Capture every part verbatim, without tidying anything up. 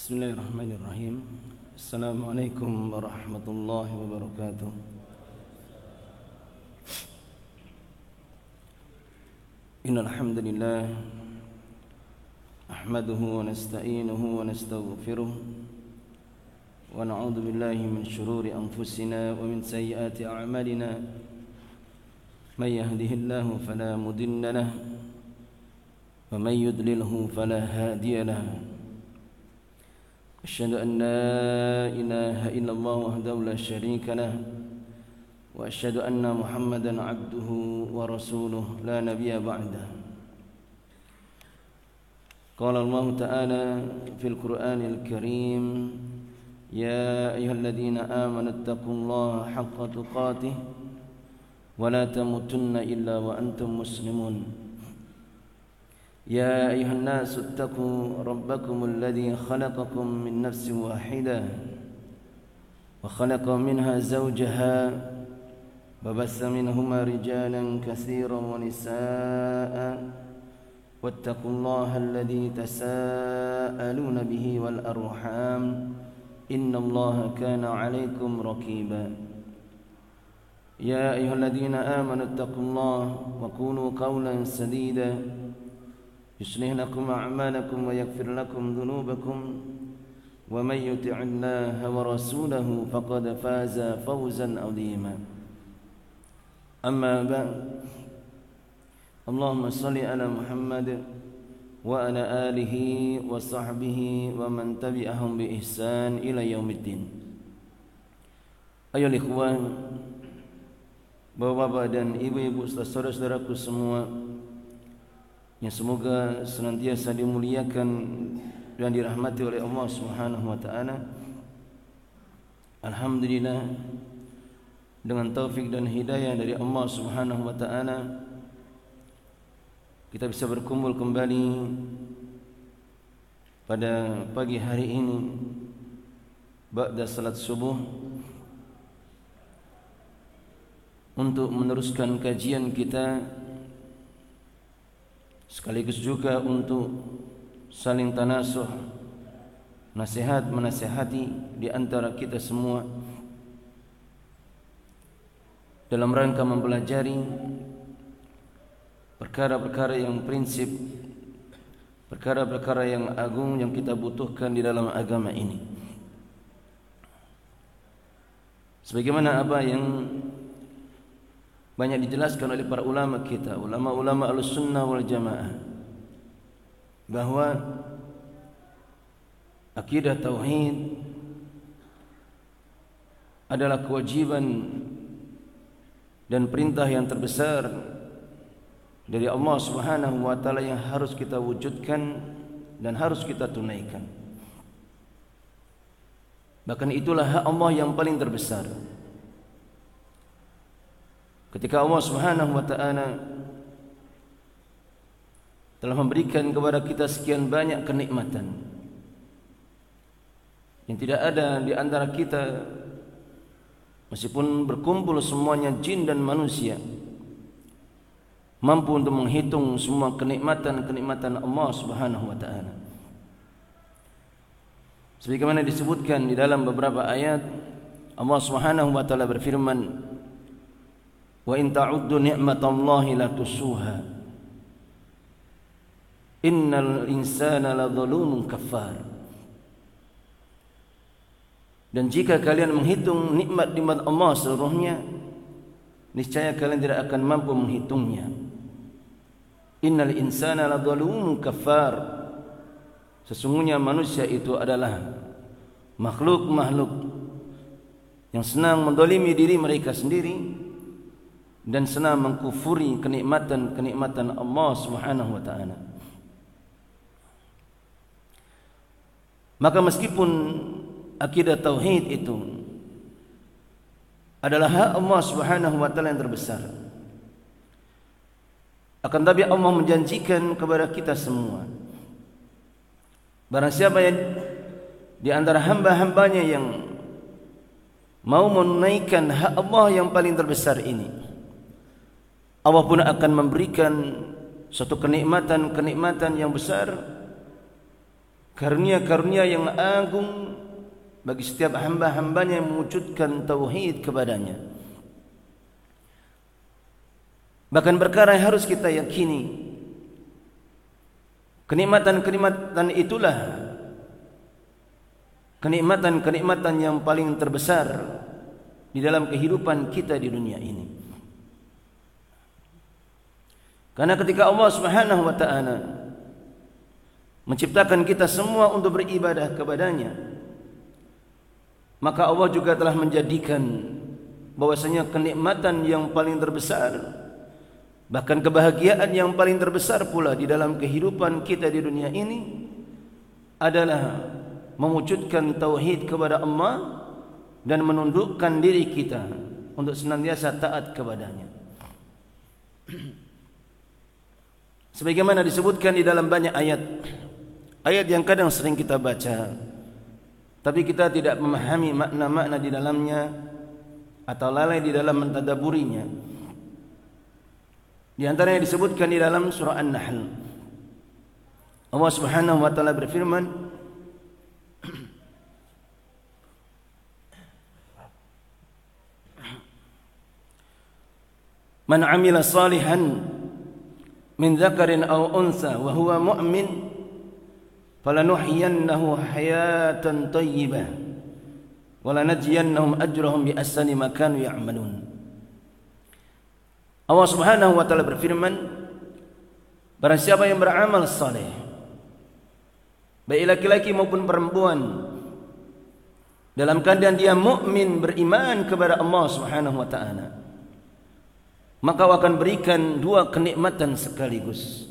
Bismillahirrahmanirrahim. Assalamualaikum warahmatullahi wabarakatuh. Innal hamdalillah nahmaduhu wa nasta'inuhu wa nastaghfiruh wa na'udzu billahi min shururi anfusina wa min sayyiati a'malina. May yahdihillahu fala mudilla lahu wa may yudlilhu fala hadiya lahu. أشهد أن لا إله إلا الله وحده لا شريك له وأشهد أن محمدا عبده ورسوله لا نبي بعده. قال الله تعالى في القرآن الكريم يا أيها الذين آمنوا اتقوا الله حق تقاته ولا تموتن إلا وأنتم مسلمون. يا أيها الناس اتقوا ربكم الذي خلقكم من نفس واحدة وخلق منها زوجها وبث منهما رجالا كثيرا ونساء واتقوا الله الذي تساءلون به والأرحام إن الله كان عليكم رقيبا. يا أيها الذين آمنوا اتقوا الله وقولوا قولا سديدا يصلح لكم أعمالكم ويغفر لكم ذنوبكم ومن يطع الله ورسوله فقد فاز فوزا عظيما. أما بعد اللهم صل على محمد وعلى آله وصحبه ومن تبعهم بإحسان إلى يوم الدين. Ayo ikhwan, bapak-bapak dan ibu-ibu, saudara-saudaraku semua yang semoga senantiasa dimuliakan dan dirahmati oleh Allah Subhanahu wa taala. Alhamdulillah, dengan taufik dan hidayah dari Allah Subhanahu wa taala kita bisa berkumpul kembali pada pagi hari ini ba'da salat subuh untuk meneruskan kajian kita, sekaligus juga untuk saling tanasuh, nasihat menasihati di antara kita semua dalam rangka mempelajari perkara-perkara yang prinsip, perkara-perkara yang agung yang kita butuhkan di dalam agama ini. Sebagaimana apa yang banyak dijelaskan oleh para ulama kita, ulama-ulama Ahlussunnah wal Jamaah, bahwa akidah tauhid adalah kewajiban dan perintah yang terbesar dari Allah Subhanahu wa taala yang harus kita wujudkan dan harus kita tunaikan. Bahkan itulah hak Allah yang paling terbesar. Ketika Allah Subhanahu wa taala telah memberikan kepada kita sekian banyak kenikmatan yang tidak ada di antara kita, meskipun berkumpul semuanya jin dan manusia, mampu untuk menghitung semua kenikmatan-kenikmatan Allah Subhanahu wa taala. Sebagaimana disebutkan di dalam beberapa ayat, Allah Subhanahu wa taala berfirman, wa in ta'uddu ni'matallahi la tusuha innal insana ladzalumun kafar. Dan jika kalian menghitung nikmat-nikmat Allah seluruhnya, niscaya kalian tidak akan mampu menghitungnya. Innal insana ladzalumun kafar. Sesungguhnya manusia itu adalah makhluk-makhluk yang senang mendolimi diri mereka sendiri dan senang mengkufuri kenikmatan-kenikmatan Allah Subhanahu wa taala. Maka meskipun akidah tauhid itu adalah hak Allah Subhanahu wa taala yang terbesar, akan tapi Allah menjanjikan kepada kita semua, barang siapa yang di antara hamba-hambanya yang mau menunaikan hak Allah yang paling terbesar ini, Allah pun akan memberikan suatu kenikmatan-kenikmatan yang besar karunia-karunia yang agung bagi setiap hamba-hambanya yang mewujudkan tauhid kepadanya. Bahkan perkara yang harus kita yakini, kenikmatan-kenikmatan itulah kenikmatan-kenikmatan yang paling terbesar di dalam kehidupan kita di dunia ini. Karena ketika Allah Subhanahu wa taala menciptakan kita semua untuk beribadah kepadanya, maka Allah juga telah menjadikan bahwasanya kenikmatan yang paling terbesar, bahkan kebahagiaan yang paling terbesar pula di dalam kehidupan kita di dunia ini adalah mewujudkan tauhid kepada Allah dan menundukkan diri kita untuk senantiasa taat kepadanya. Sebagaimana disebutkan di dalam banyak ayat, ayat yang kadang sering kita baca, tapi kita tidak memahami makna-makna di dalamnya atau lalai di dalam mentadaburinya. Di antaranya disebutkan di dalam surah An-Nahl. Allah Subhanahu wa taala berfirman, "Man 'amila salihan min dzakarin aw unsa wa huwa mu'min falanuhyiyannahu hayatan thayyibah wa lanajziyannahum ajrahum bi ahsani ma kanu ya'malun." Allah Subhanahu wa taala berfirman, barang siapa yang beramal saleh, baik laki-laki maupun perempuan, dalam keadaan dia mukmin beriman kepada Allah Subhanahu wa taala, maka akan berikan dua kenikmatan sekaligus.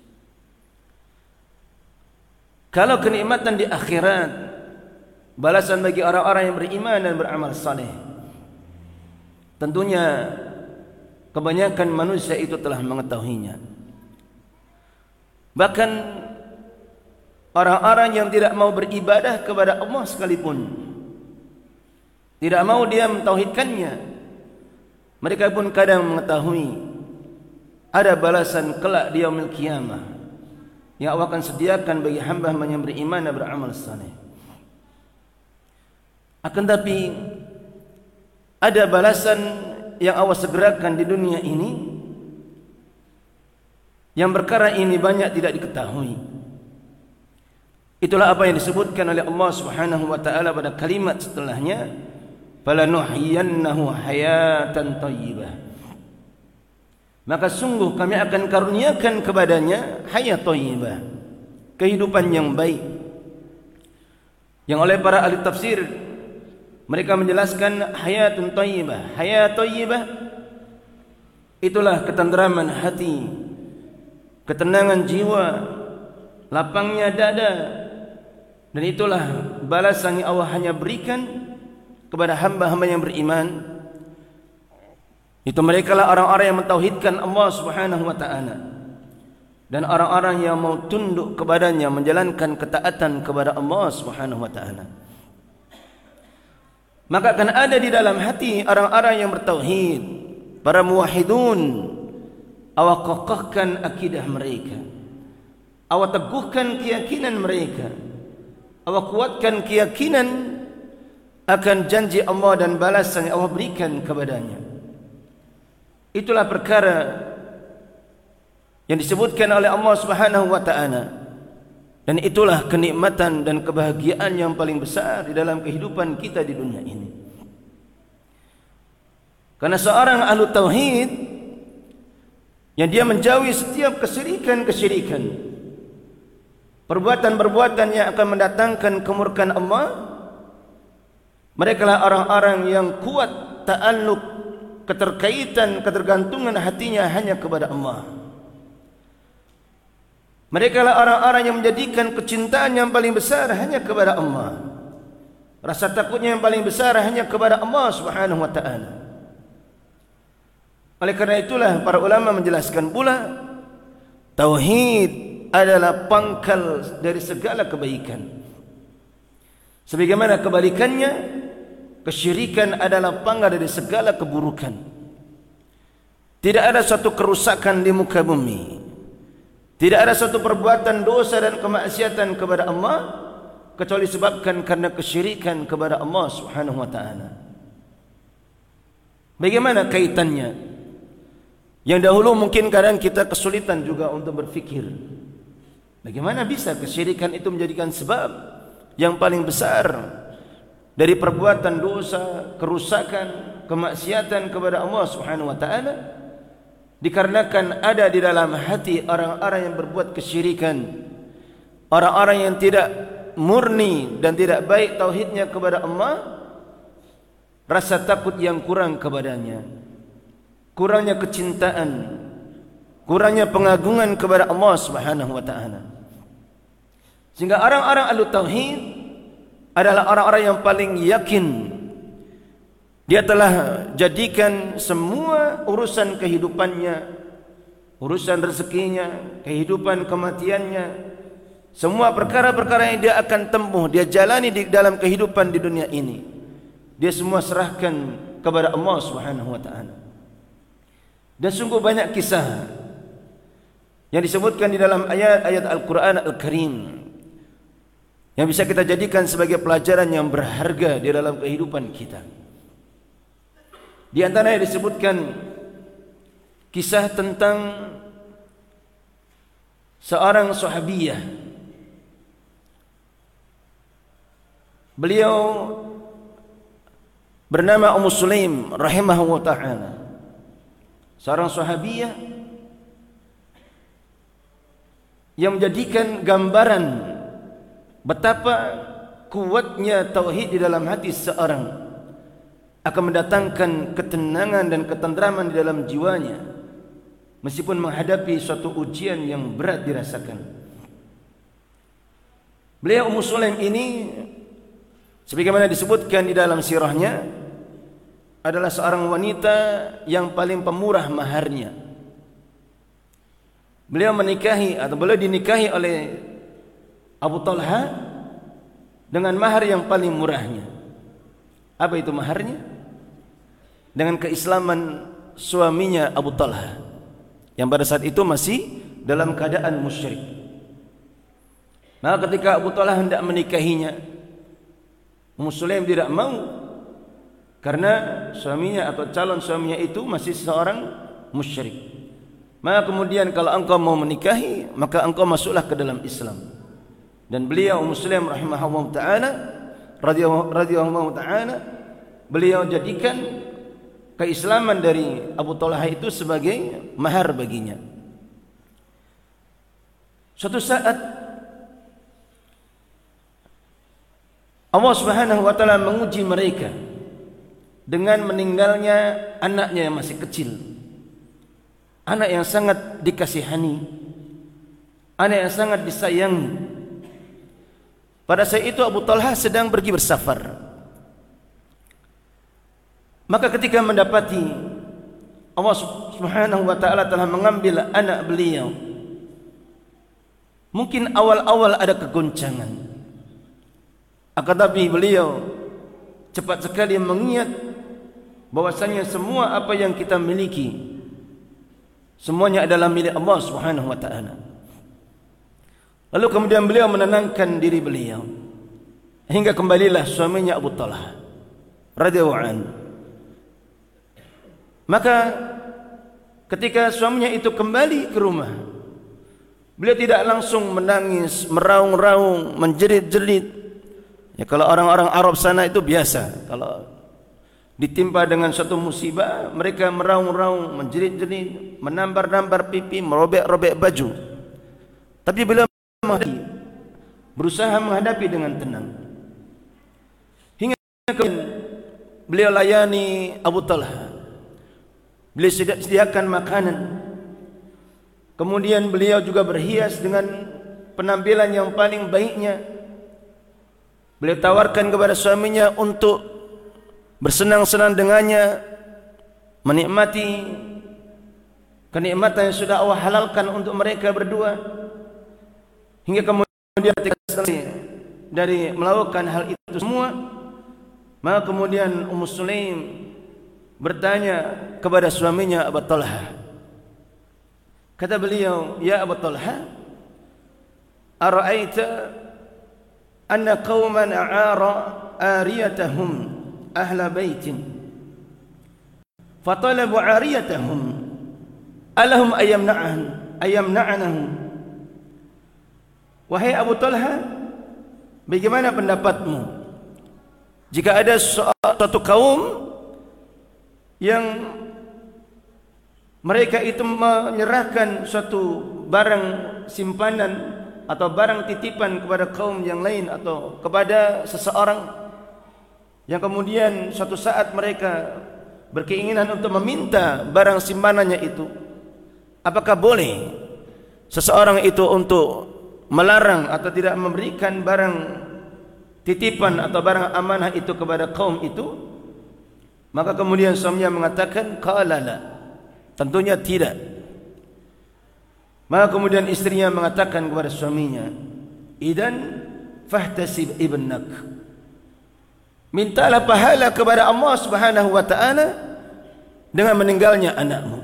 Kalau kenikmatan di akhirat, balasan bagi orang-orang yang beriman dan beramal saleh, tentunya kebanyakan manusia itu telah mengetahuinya. Bahkan orang-orang yang tidak mau beribadah kepada Allah sekalipun, tidak mau dia mentauhidkannya, mereka pun kadang mengetahui ada balasan kelak di yaumil qiyamah yang Allah akan sediakan bagi hamba-hamba yang beriman dan beramal saleh. Akan tapi ada balasan yang Allah segerakan di dunia ini, yang perkara ini banyak tidak diketahui. Itulah apa yang disebutkan oleh Allah Subhanahu wa taala pada kalimat setelahnya, "Falanuhyiyannahu hayatan thayyibah." Maka sungguh kami akan karuniakan kepadanya hayat thayyibah, kehidupan yang baik. Yang oleh para ahli tafsir mereka menjelaskan hayatun thayyibah. Hayat thayyibah itulah ketenteraman hati, ketenangan jiwa, lapangnya dada, dan itulah balasan yang Allah hanya berikan kepada hamba-hamba yang beriman. Itu mereka lah orang-orang yang mentauhidkan Allah Subhanahu wa taala, dan orang-orang yang mau tunduk kepadanya, menjalankan ketaatan kepada Allah Subhanahu wa taala. Maka akan ada di dalam hati orang-orang yang bertauhid, para muwahhidun. Allah kokohkan akidah mereka, Allah teguhkan keyakinan mereka, Allah kuatkan keyakinan akan janji Allah dan balasan yang Allah berikan kepadanya. Itulah perkara yang disebutkan oleh Allah Subhanahu wa taala, dan itulah kenikmatan dan kebahagiaan yang paling besar di dalam kehidupan kita di dunia ini. Karena seorang ahlu tauhid yang dia menjauhi setiap kesyirikan-kesyirikan, perbuatan-perbuatan yang akan mendatangkan kemurkaan Allah, mereka lah orang-orang yang kuat ta'alluq, keterkaitan, ketergantungan hatinya hanya kepada Allah. Mereka lah orang-orang yang menjadikan kecintaan yang paling besar hanya kepada Allah, rasa takutnya yang paling besar hanya kepada Allah Subhanahu wa taala. Oleh karena itulah para ulama menjelaskan pula, tauhid adalah pangkal dari segala kebaikan. Sebagaimana kebalikannya, kesyirikan adalah pangkal dari segala keburukan. Tidak ada suatu kerusakan di muka bumi, Tidak ada suatu perbuatan dosa dan kemaksiatan kepada Allah kecuali disebabkan karena kesyirikan kepada Allah Subhanahu wa taala. Bagaimana kaitannya? Yang dahulu mungkin kadang kita kesulitan juga untuk berfikir. Bagaimana bisa kesyirikan itu menjadikan sebab yang paling besar dari perbuatan dosa, kerusakan, kemaksiatan kepada Allah Subhanahu wa taala? Dikarenakan ada di dalam hati orang-orang yang berbuat kesyirikan, orang-orang yang tidak murni dan tidak baik tauhidnya kepada Allah, rasa takut yang kurang kepadanya, kurangnya kecintaan, kurangnya pengagungan kepada Allah Subhanahu wa taala. Sehingga orang-orang ahlu tauhid adalah orang-orang yang paling yakin dia telah jadikan semua urusan kehidupannya, urusan rezekinya, kehidupan kematiannya, semua perkara-perkara yang dia akan tempuh, dia jalani di dalam kehidupan di dunia ini, dia semua serahkan kepada Allah Subhanahu wa taala. Dan sungguh banyak kisah yang disebutkan di dalam ayat-ayat Al-Qur'an Al-Karim yang bisa kita jadikan sebagai pelajaran yang berharga di dalam kehidupan kita. Di antaranya disebutkan kisah tentang seorang sahabiyah. Beliau bernama Ummu Sulaim rahimahullah ta'ala. Seorang sahabiyah yang menjadikan gambaran betapa kuatnya tauhid di dalam hati seorang akan mendatangkan ketenangan dan ketentraman di dalam jiwanya meskipun menghadapi suatu ujian yang berat dirasakan. Beliau Ummu Sulaim ini sebagaimana disebutkan di dalam sirahnya adalah seorang wanita yang paling pemurah maharnya. Beliau menikahi atau beliau dinikahi oleh Abu Talha dengan mahar yang paling murahnya. Apa itu maharnya? Dengan keislaman suaminya Abu Talha yang pada saat itu masih dalam keadaan musyrik. Maka ketika Abu Talha hendak menikahinya, Ummu Sulaim tidak mau karena suaminya atau calon suaminya itu masih seorang musyrik. Maka kemudian kalau engkau mau menikahi, maka engkau masuklah ke dalam Islam. Dan beliau Ummu Sulaim rahimahullah ta'ala radhiyallahu ta'ala, beliau jadikan keislaman dari Abu Talha itu sebagai mahar baginya. Suatu saat Allah Subhanahu wa taala menguji mereka dengan meninggalnya anaknya yang masih kecil. Anak yang sangat dikasihani, anak yang sangat disayangi. Pada saat itu Abu Talha sedang pergi bersafar. Maka ketika mendapati Allah Subhanahu wa taala telah mengambil anak beliau, mungkin awal-awal ada kegoncangan. Akan tapi beliau cepat sekali mengingat bahwasanya semua apa yang kita miliki semuanya adalah milik Allah Subhanahu wa taala. Lalu kemudian beliau menenangkan diri beliau hingga kembalilah suaminya Abu Talha radhiyallahu anhu. Maka ketika suaminya itu kembali ke rumah, beliau tidak langsung menangis, meraung-raung, menjerit-jerit. Ya, kalau orang-orang Arab sana itu biasa, kalau ditimpa dengan suatu musibah, mereka meraung-raung, menjerit-jerit, menambar-nambar pipi, merobek-robek baju. Tapi beliau berusaha menghadapi dengan tenang. Hingga beliau layani Abu Talha. Beliau sediakan makanan. Kemudian beliau juga berhias dengan penampilan yang paling baiknya. Beliau tawarkan kepada suaminya untuk bersenang-senang dengannya, menikmati kenikmatan yang sudah Allah halalkan untuk mereka berdua. Hingga kemudian dari melakukan hal itu semua, maka kemudian Ummu Sulaim bertanya kepada suaminya Abu Talha, Kata beliau, "Ya Abu Talha, ara'aita anna qauman a'ara ariyatahum ahla baitin fatalabu ariyatahum alahum ayamna'an ayamna'anahum." Wahai Abu Talha, bagaimana pendapatmu jika ada suatu kaum yang mereka itu menyerahkan suatu barang simpanan atau barang titipan kepada kaum yang lain atau kepada seseorang yang kemudian suatu saat mereka berkeinginan untuk meminta barang simpanannya itu, apakah boleh seseorang itu untuk melarang atau tidak memberikan barang titipan atau barang amanah itu kepada kaum itu? Maka kemudian suaminya mengatakan, qala la, tentunya tidak. Maka kemudian istrinya mengatakan kepada suaminya, idan fahtasib ibnak, mintalah pahala kepada Allah Subhanahu wa ta'ala dengan meninggalnya anakmu.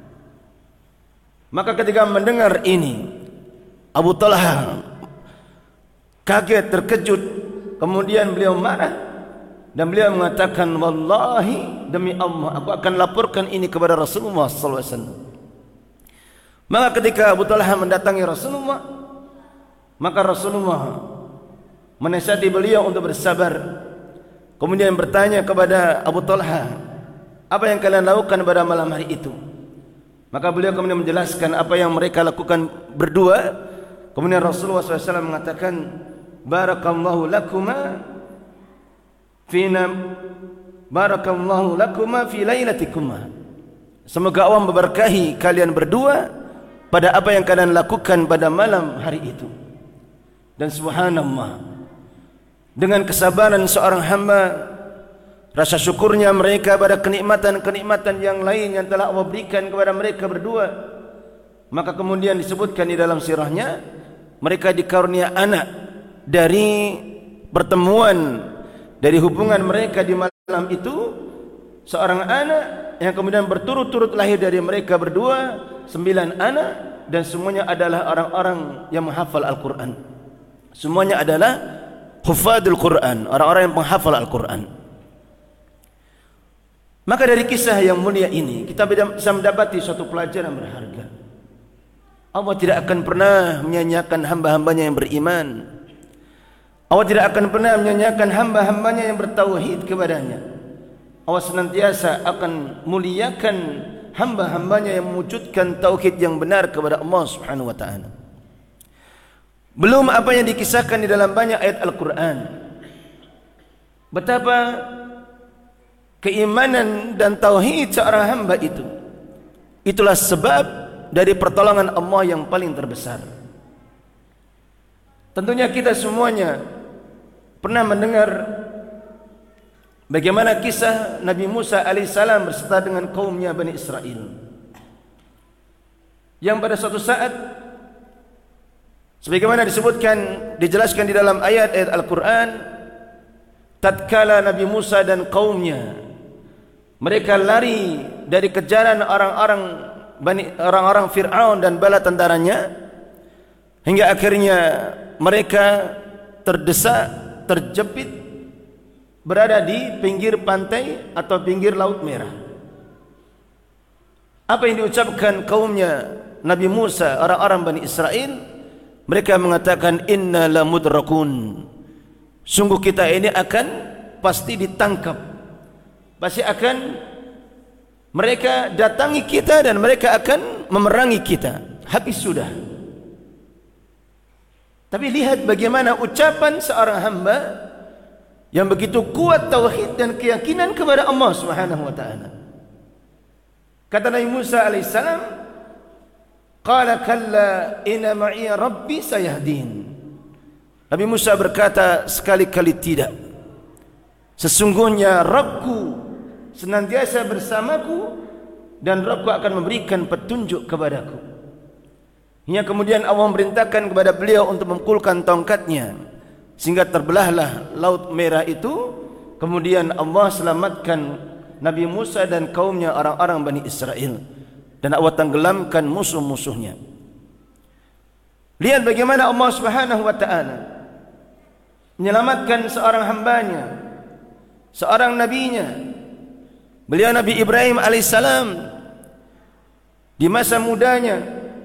Maka ketika mendengar ini, Abu Talha kaget, terkejut, kemudian beliau marah dan beliau mengatakan, wallahi, demi Allah, aku akan laporkan ini kepada Rasulullah sallallahu alaihi wasallam. Maka ketika Abu Talha mendatangi Rasulullah, maka Rasulullah menasihati beliau untuk bersabar. Kemudian bertanya kepada Abu Talha, apa yang kalian lakukan pada malam hari itu? Maka beliau kemudian menjelaskan apa yang mereka lakukan berdua. Kemudian Rasulullah sallallahu alaihi wasallam mengatakan, barakallahu lakuma fina barakallahu lakuma fi lailatikuma, semoga Allah memberkahi kalian berdua pada apa yang kalian lakukan pada malam hari itu. Dan subhanallah, dengan kesabaran seorang hamba, rasa syukurnya mereka pada kenikmatan-kenikmatan yang lain yang telah Allah berikan kepada mereka berdua, maka kemudian disebutkan di dalam sirahnya, mereka dikarunia anak dari pertemuan, dari hubungan mereka di malam itu, seorang anak yang kemudian berturut-turut lahir dari mereka berdua, sembilan anak, dan semuanya adalah orang-orang yang menghafal Al-Quran. Semuanya adalah hufadul Quran, orang-orang yang menghafal Al-Quran. Maka dari kisah yang mulia ini kita bisa mendapati suatu pelajaran berharga. Allah tidak akan pernah menyanyiakan hamba-hambanya yang beriman. Allah tidak akan pernah menyanyiakan hamba-hambanya yang bertauhid kepadanya. Allah senantiasa akan muliakan hamba-hambanya yang mewujudkan tauhid yang benar kepada Allah Subhanahu wa ta'ala. Belum apa yang dikisahkan di dalam banyak ayat Al-Quran, betapa keimanan dan tauhid seorang hamba itu, itulah sebab dari pertolongan Allah yang paling terbesar. Tentunya kita semuanya pernah mendengar bagaimana kisah Nabi Musa alaihissalam berserta dengan kaumnya Bani Israel, yang pada suatu saat, sebagaimana disebutkan, dijelaskan di dalam ayat-ayat Al-Quran, tatkala Nabi Musa dan kaumnya mereka lari dari kejaran orang-orang Bani, orang-orang Fir'aun dan bala tentaranya, hingga akhirnya mereka terdesak, terjepit, berada di pinggir pantai atau pinggir Laut Merah. Apa yang diucapkan kaumnya Nabi Musa, orang-orang Bani Israel? Mereka mengatakan, inna lamudrakun, sungguh kita ini akan pasti ditangkap, pasti akan mereka datangi kita dan mereka akan memerangi kita, habis sudah. Tapi lihat bagaimana ucapan seorang hamba yang begitu kuat tauhid dan keyakinan kepada Allah Subhanahu wa ta'ala. Kata Nabi Musa alaihissalam, qala kalla inna ma'iya rabbi sayahdin. Nabi Musa berkata, sekali-kali tidak, sesungguhnya Rabbku senantiasa bersamaku dan Rabbku akan memberikan petunjuk kepadaku. Hingga kemudian Allah memerintahkan kepada beliau untuk memukulkan tongkatnya, sehingga terbelahlah Laut Merah itu. Kemudian Allah selamatkan Nabi Musa dan kaumnya, orang-orang Bani Israel. dan Allah tenggelamkan musuh-musuhnya. Lihat bagaimana Allah Subhanahu wa taala menyelamatkan seorang hambanya, seorang nabinya. Beliau Nabi Ibrahim alaihissalam di masa mudanya,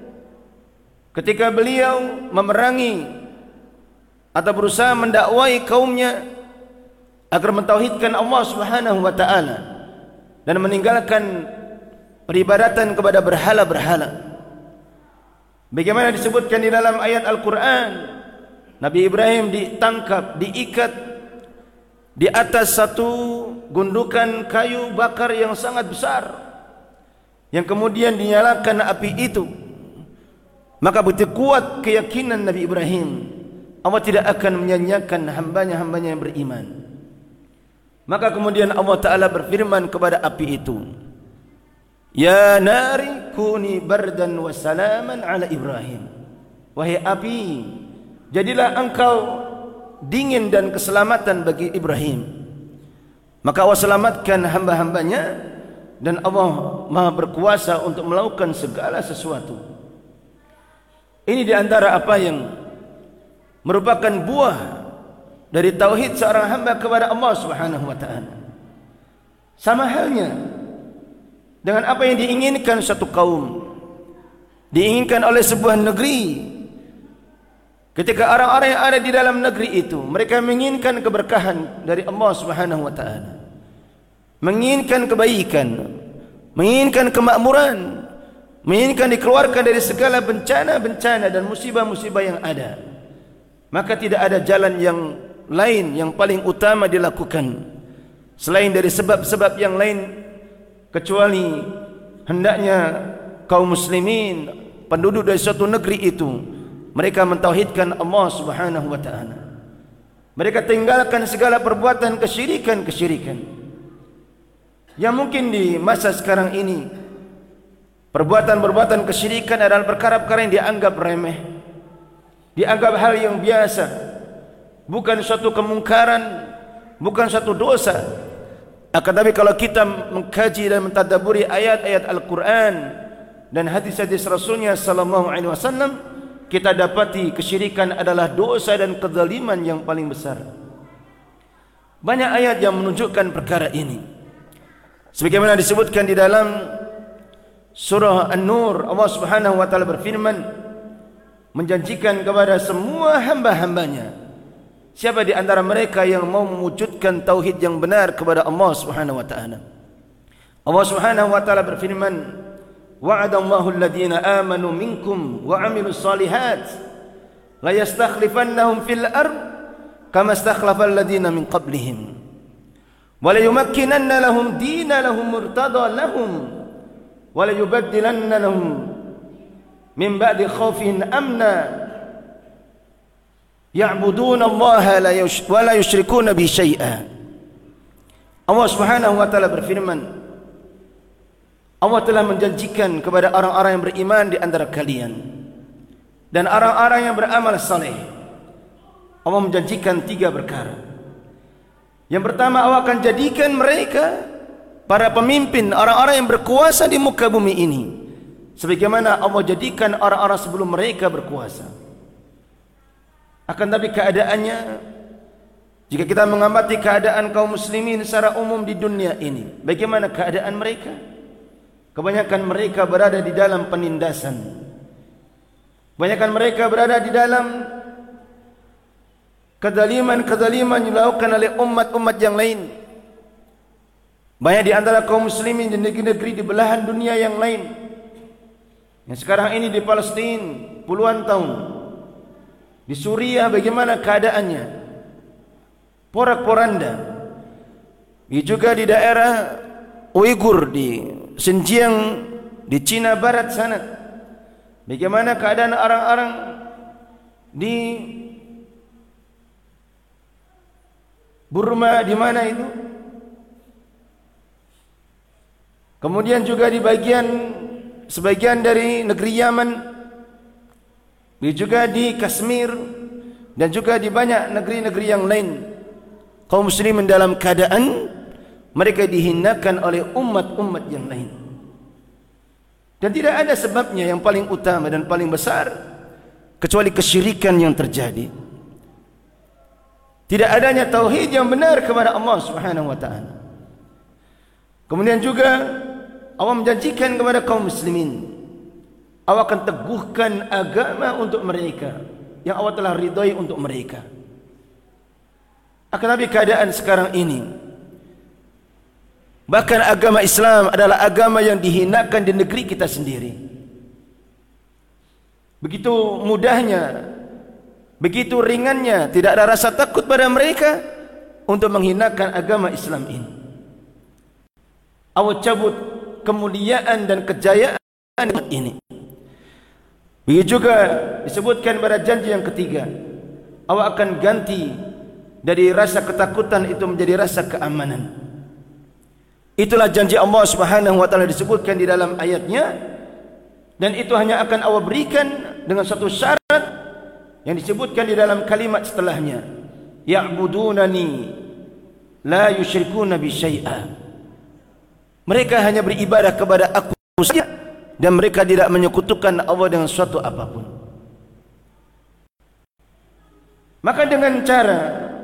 ketika beliau memerangi atau berusaha mendakwai kaumnya agar mentauhidkan Allah Subhanahu wa taala dan meninggalkan peribadatan kepada berhala-berhala. Bagaimana disebutkan di dalam ayat Al-Quran, Nabi Ibrahim ditangkap, diikat di atas satu gundukan kayu bakar yang sangat besar, yang kemudian dinyalakan api itu. Maka begitu kuat keyakinan Nabi Ibrahim, Allah tidak akan menyanyiakan hambanya-hambanya yang beriman. Maka kemudian Allah Ta'ala berfirman kepada api itu, Ya nari kuni bardan wa salaman ala Ibrahim. Wahai api, jadilah engkau dingin dan keselamatan bagi Ibrahim. Maka Allah selamatkan hamba-hambanya, dan Allah Maha berkuasa untuk melakukan segala sesuatu. Ini diantara apa yang merupakan buah dari tauhid seorang hamba kepada Allah Subhanahu wa taala. Sama halnya dengan apa yang diinginkan satu kaum, diinginkan oleh sebuah negeri. Ketika orang-orang yang ada di dalam negeri itu, mereka menginginkan keberkahan dari Allah Subhanahu wa taala, menginginkan kebaikan, menginginkan kemakmuran, menginginkan dikeluarkan dari segala bencana-bencana dan musibah-musibah yang ada. Maka tidak ada jalan yang lain yang paling utama dilakukan selain dari sebab-sebab yang lain, kecuali hendaknya kaum muslimin, penduduk dari suatu negeri itu, mereka mentauhidkan Allah Subhanahu wa taala. Mereka tinggalkan segala perbuatan kesyirikan-kesyirikan yang mungkin di masa sekarang ini perbuatan-perbuatan kesyirikan adalah perkara-perkara yang dianggap remeh, dianggap hal yang biasa, bukan suatu kemungkaran, bukan suatu dosa. Akan tapi kalau kita mengkaji dan mentadaburi ayat-ayat Al-Quran dan hadis-hadis Rasulnya sallallahu alaihi wasallam, kita dapati kesyirikan adalah dosa dan kezaliman yang paling besar. Banyak ayat yang menunjukkan perkara ini. Sebagaimana disebutkan di dalam surah An-Nur, Allah Subhanahu wa taala berfirman, menjanjikan kepada semua hamba-hambanya, siapa di antara mereka yang mau mewujudkan tauhid yang benar kepada Allah Subhanahu wa taala. Allah Subhanahu wa taala berfirman, wa'adallahu alladhina amanu minkum wa 'amilus solihat la yastakhlifannahum fil ard kama istakhlafal ladina min qablihim wa la yumakkinanna lahum dinahum murtada lahum wa la yubaddilanna lahum min ba'di khawfihim amna ya'buduna Allah wa la yusyrikuna bi syai'a. Allah Subhanahu wa taala berfirman, Allah telah menjanjikan kepada orang-orang yang beriman di antara kalian dan orang-orang yang beramal saleh. Allah menjanjikan tiga perkara. Yang pertama, Allah akan jadikan mereka para pemimpin, orang-orang yang berkuasa di muka bumi ini, sebagaimana Allah jadikan orang-orang sebelum mereka berkuasa. Akan tapi keadaannya, jika kita mengamati keadaan kaum muslimin secara umum di dunia ini, bagaimana keadaan mereka? Kebanyakan mereka berada di dalam penindasan. Kebanyakan mereka berada di dalam kezaliman-kezaliman yang dilakukan oleh umat-umat yang lain. Banyak di antara kaum muslimin di negeri-negeri di belahan dunia yang lain, yang sekarang ini di Palestina puluhan tahun, di Suriah bagaimana keadaannya, porak-poranda. Juga di daerah Uighur di Xinjiang di Cina Barat sana, bagaimana keadaan orang-orang di Burma, di mana itu? Kemudian juga di bagian sebagian dari negeri Yaman, juga di Kashmir, dan juga di banyak negeri-negeri yang lain. Kaum muslimin dalam keadaan mereka dihinakan oleh umat-umat yang lain. Dan tidak ada sebabnya yang paling utama dan paling besar kecuali kesyirikan yang terjadi. Tidak adanya tauhid yang benar kepada Allah Subhanahu wa taala. Kemudian juga Allah menjanjikan kepada kaum muslimin, Allah akan teguhkan agama untuk mereka yang Allah telah ridhai untuk mereka. Akan tapi keadaan sekarang ini, bahkan agama Islam adalah agama yang dihinakan di negeri kita sendiri. Begitu mudahnya, begitu ringannya, tidak ada rasa takut pada mereka untuk menghinakan agama Islam ini. Allah cabut kemuliaan dan kejayaan ini. Begitu juga disebutkan pada janji yang ketiga, Allah akan ganti dari rasa ketakutan itu menjadi rasa keamanan. Itulah janji Allah Subhanahu wa taala disebutkan di dalam ayatnya, dan itu hanya akan Allah berikan dengan satu syarat yang disebutkan di dalam kalimat setelahnya, ya'budunani la yusyrikuna bi syai'a. Mereka hanya beribadah kepada aku saja dan mereka tidak menyekutukan Allah dengan suatu apapun. Maka dengan cara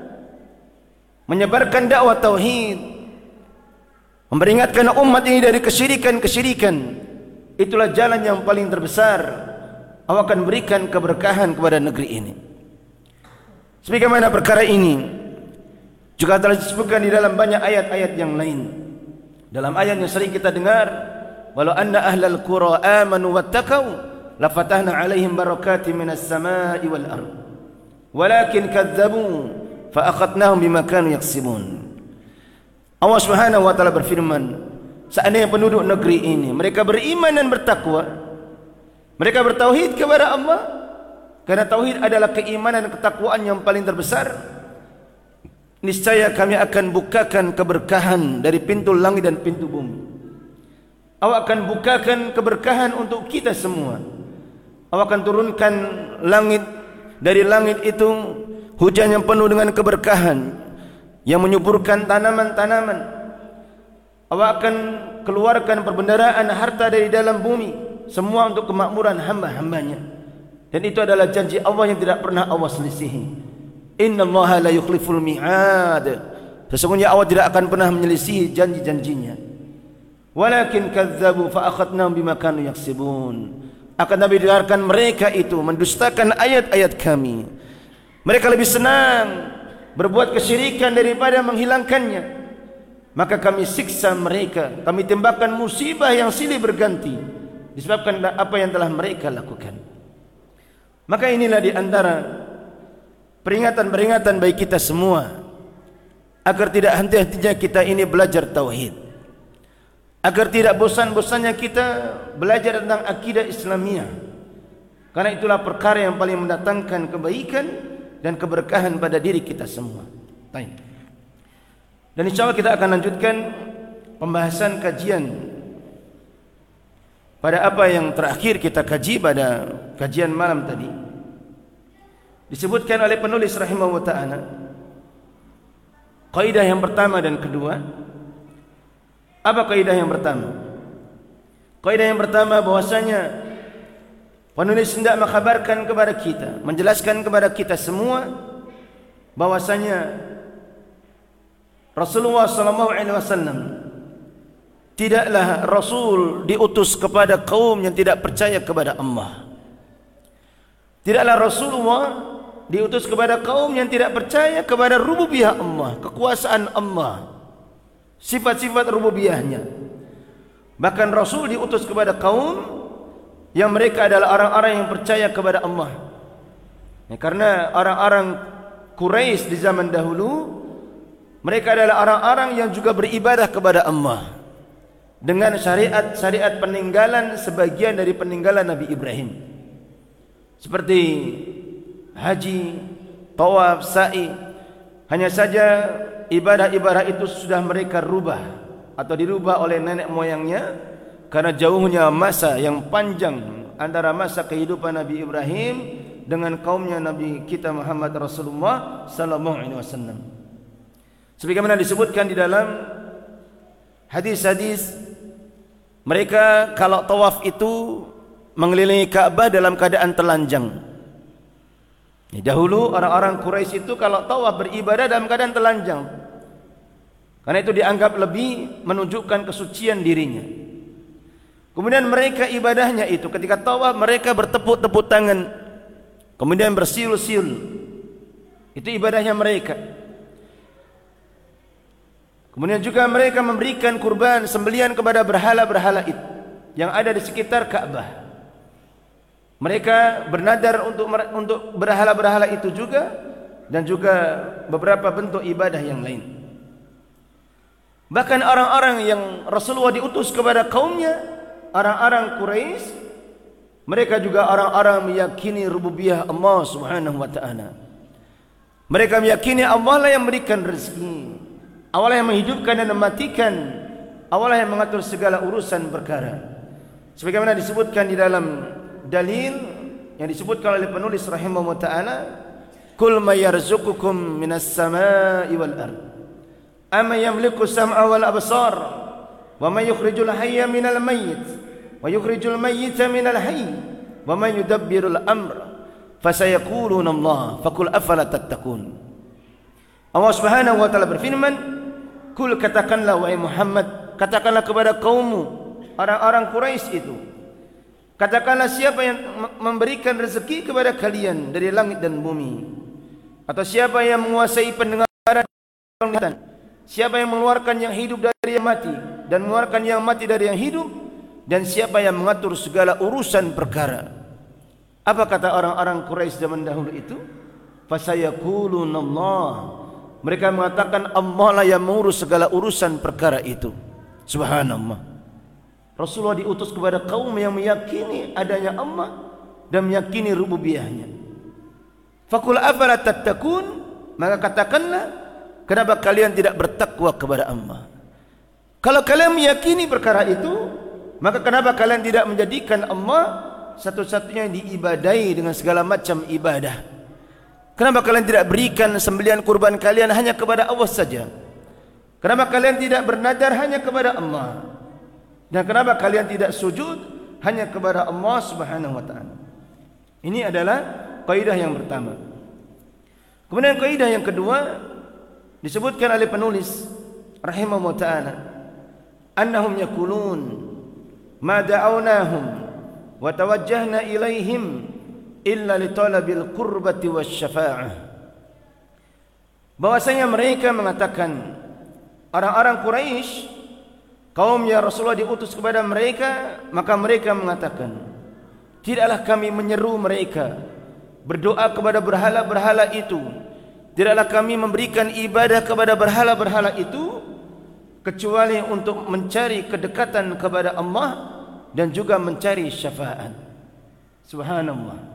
menyebarkan dakwah tauhid, memperingatkan umat ini dari kesyirikan-kesyirikan, itulah jalan yang paling terbesar Allah akan berikan keberkahan kepada negeri ini. Sebagaimana perkara ini juga telah disebutkan di dalam banyak ayat-ayat yang lain. Dalam ayat yang sering kita dengar, walau anna ahlal qura amanu wattaqau lafatahna alaihim barakatin minas samai wal ard walakin kadzabu fa akhadnahum bima kanu yaksibun. Allah Subhanahu wa taala berfirman, seandainya penduduk negeri ini mereka beriman dan bertakwa, mereka bertauhid kepada Allah, karena tauhid adalah keimanan dan ketakwaan yang paling terbesar, niscaya kami akan bukakan keberkahan dari pintu langit dan pintu bumi. Allah akan bukakan keberkahan untuk kita semua. Allah akan turunkan langit, dari langit itu hujan yang penuh dengan keberkahan yang menyuburkan tanaman-tanaman. Allah akan keluarkan perbendaharaan harta dari dalam bumi, semua untuk kemakmuran hamba-hambanya. Dan itu adalah janji Allah yang tidak pernah Allah selisihi. Innallaha la yukhliful mi'ad. Sesungguhnya Allah tidak akan pernah menyelisihi janji-janjinya. Walakin kadzabu fa akhadnahum bima kanu yaksibun. Akan Nabi dengarkan mereka itu mendustakan ayat-ayat kami. Mereka lebih senang berbuat kesyirikan daripada menghilangkannya. Maka kami siksa mereka, kami tembakan musibah yang silih berganti disebabkan apa yang telah mereka lakukan. Maka inilah di antara peringatan-peringatan bagi kita semua, agar tidak henti-hentinya kita ini belajar tauhid, agar tidak bosan-bosannya kita belajar tentang akidah Islamiyah, karena itulah perkara yang paling mendatangkan kebaikan dan keberkahan pada diri kita semua. Dan insya Allah kita akan lanjutkan pembahasan kajian pada apa yang terakhir kita kaji pada kajian malam tadi. Disebutkan oleh penulis rahimahullah ta'ala kaidah yang pertama dan kedua. Apa kaidah yang pertama? Kaidah yang pertama bahwasanya penulis hendak mengkhabarkan kepada kita, menjelaskan kepada kita semua bahwasanya Rasulullah sallallahu alaihi wasallam tidaklah Rasul diutus kepada kaum yang tidak percaya kepada Allah. Tidaklah Rasulullah diutus kepada kaum yang tidak percaya kepada rububiyah Allah, kekuasaan Allah, sifat-sifat rububiyahnya. Bahkan Rasul diutus kepada kaum yang mereka adalah orang-orang yang percaya kepada Allah. Ya, karena orang-orang Quraisy di zaman dahulu, mereka adalah orang-orang yang juga beribadah kepada Allah dengan syariat-syariat peninggalan sebagian dari peninggalan Nabi Ibrahim, seperti haji, tawaf, sa'i. Hanya saja ibadah-ibadah itu sudah mereka rubah atau dirubah oleh nenek moyangnya karena jauhnya masa yang panjang antara masa kehidupan Nabi Ibrahim dengan kaumnya Nabi kita Muhammad Rasulullah sallallahu alaihi wasallam. Sebagaimana disebutkan di dalam hadis-hadis Mereka kalau tawaf itu mengelilingi Ka'bah dalam keadaan telanjang. Dahulu orang-orang Quraisy itu kalau tawaf beribadah dalam keadaan telanjang, karena itu dianggap lebih menunjukkan kesucian dirinya. Kemudian mereka ibadahnya itu ketika tawaf mereka bertepuk-tepuk tangan, kemudian bersiul-siul. Itu ibadahnya mereka. Kemudian juga mereka memberikan kurban sembelihan kepada berhala-berhala itu yang ada di sekitar Ka'bah. Mereka bernadar untuk untuk berhala-berhala itu juga, dan juga beberapa bentuk ibadah yang lain. Bahkan orang-orang yang Rasulullah diutus kepada kaumnya, orang-orang Quraisy, mereka juga orang-orang meyakini rububiyah Allah Subhanahu wa taala. Mereka meyakini Allah lah yang memberikan rezeki, Allah yang menghidupkan dan mematikan, Allah yang mengatur segala urusan perkara. Sebagaimana disebutkan di dalam dalil yang disebutkan oleh penulis rahimahullah taala, kul may yarzuqukum minas samai wal ard amma yamliku sam'a wal absar wa may yukhrijul hayya minal mayyit wa yukhrijul mayyita minal hayy wa may yudabbirul amr fasayaquluna Allah faqul afala tattaqun. Allah Subhanahu wa taala berfirman, kul katakanlah wahai Muhammad, katakanlah kepada kaummu orang-orang Quraisy itu, katakanlah siapa yang memberikan rezeki kepada kalian dari langit dan bumi, atau siapa yang menguasai pendengaran dan penglihatan, siapa yang mengeluarkan yang hidup dari yang mati dan mengeluarkan yang mati dari yang hidup, dan siapa yang mengatur segala urusan perkara. Apa kata orang-orang Quraisy zaman dahulu itu? Fasayaquluna Allah. Mereka mengatakan Allah lah yang mengurus segala urusan perkara itu. Subhanallah. Rasulullah diutus kepada kaum yang meyakini adanya Allah dan meyakini rububiyahnya. Faqul afala tattaqun, maka katakanlah, kenapa kalian tidak bertakwa kepada Allah? Kalau kalian meyakini perkara itu, maka kenapa kalian tidak menjadikan Allah satu-satunya yang diibadahi dengan segala macam ibadah? Kenapa kalian tidak berikan sembelihan kurban kalian hanya kepada Allah saja? Kenapa kalian tidak bernadar hanya kepada Allah? Dan kenapa kalian tidak sujud hanya kepada Allah Subhanahu wa taala? Ini adalah kaidah yang pertama. Kemudian kaidah yang kedua disebutkan oleh penulis rahimahullah taala, annahum yaqulun ma da'awnahum wa tawajjahna ilaihim illa li talabil qurbati wasyafa'ah. Bahwasanya mereka mengatakan, orang-orang Quraisy, kaum yang Rasulullah diutus kepada mereka, maka mereka mengatakan, tidaklah kami menyeru mereka berdoa kepada berhala-berhala itu, tidaklah kami memberikan ibadah kepada berhala-berhala itu kecuali untuk mencari kedekatan kepada Allah dan juga mencari syafaat. Subhanallah.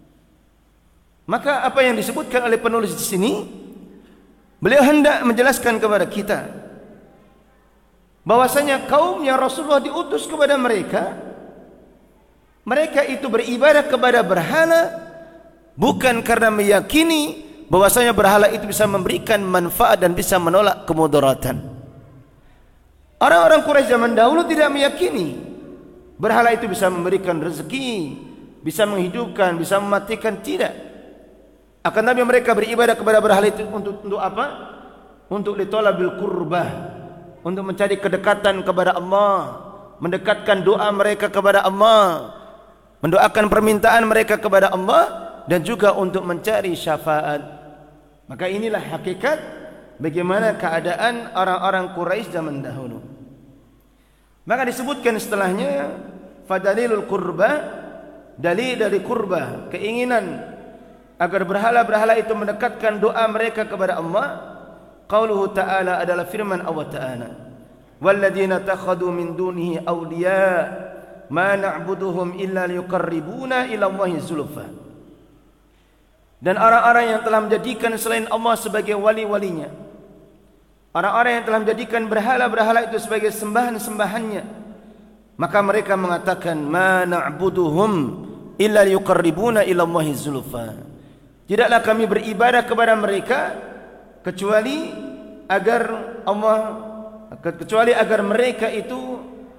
Maka apa yang disebutkan oleh penulis di sini, beliau hendak menjelaskan kepada kita bahwasanya kaum yang Rasulullah diutus kepada mereka, mereka itu beribadah kepada berhala bukan karena meyakini bahwasanya berhala itu bisa memberikan manfaat dan bisa menolak kemudaratan. Orang-orang Quraisy zaman dahulu tidak meyakini berhala itu bisa memberikan rezeki, bisa menghidupkan, bisa mematikan, tidak. Akan tapi mereka beribadah kepada berhala itu untuk untuk apa? Untuk litolabil qurbah, untuk mencari kedekatan kepada Allah, mendekatkan doa mereka kepada Allah, mendoakan permintaan mereka kepada Allah, dan juga untuk mencari syafaat. Maka inilah hakikat bagaimana keadaan orang-orang Quraisy zaman dahulu. Maka disebutkan setelahnya, fadalilul qurbah, dalil dari qurbah, keinginan agar berhala-berhala itu mendekatkan doa mereka kepada Allah. Qauluhu ta'ala adalah firman Allah ta'ala, walladzina takhadu min dunihi awliya ma na'buduhum illa liyuqarribuna ila Allahi zulfa. Dan orang-orang yang telah menjadikan selain Allah sebagai wali-walinya, orang-orang yang telah menjadikan berhala-berhala itu sebagai sembahan-sembahannya, maka mereka mengatakan ma na'buduhum illa liyuqarribuna ila Allahi zulfa. Tidaklah kami beribadah kepada mereka kecuali agar Allah kecuali agar mereka itu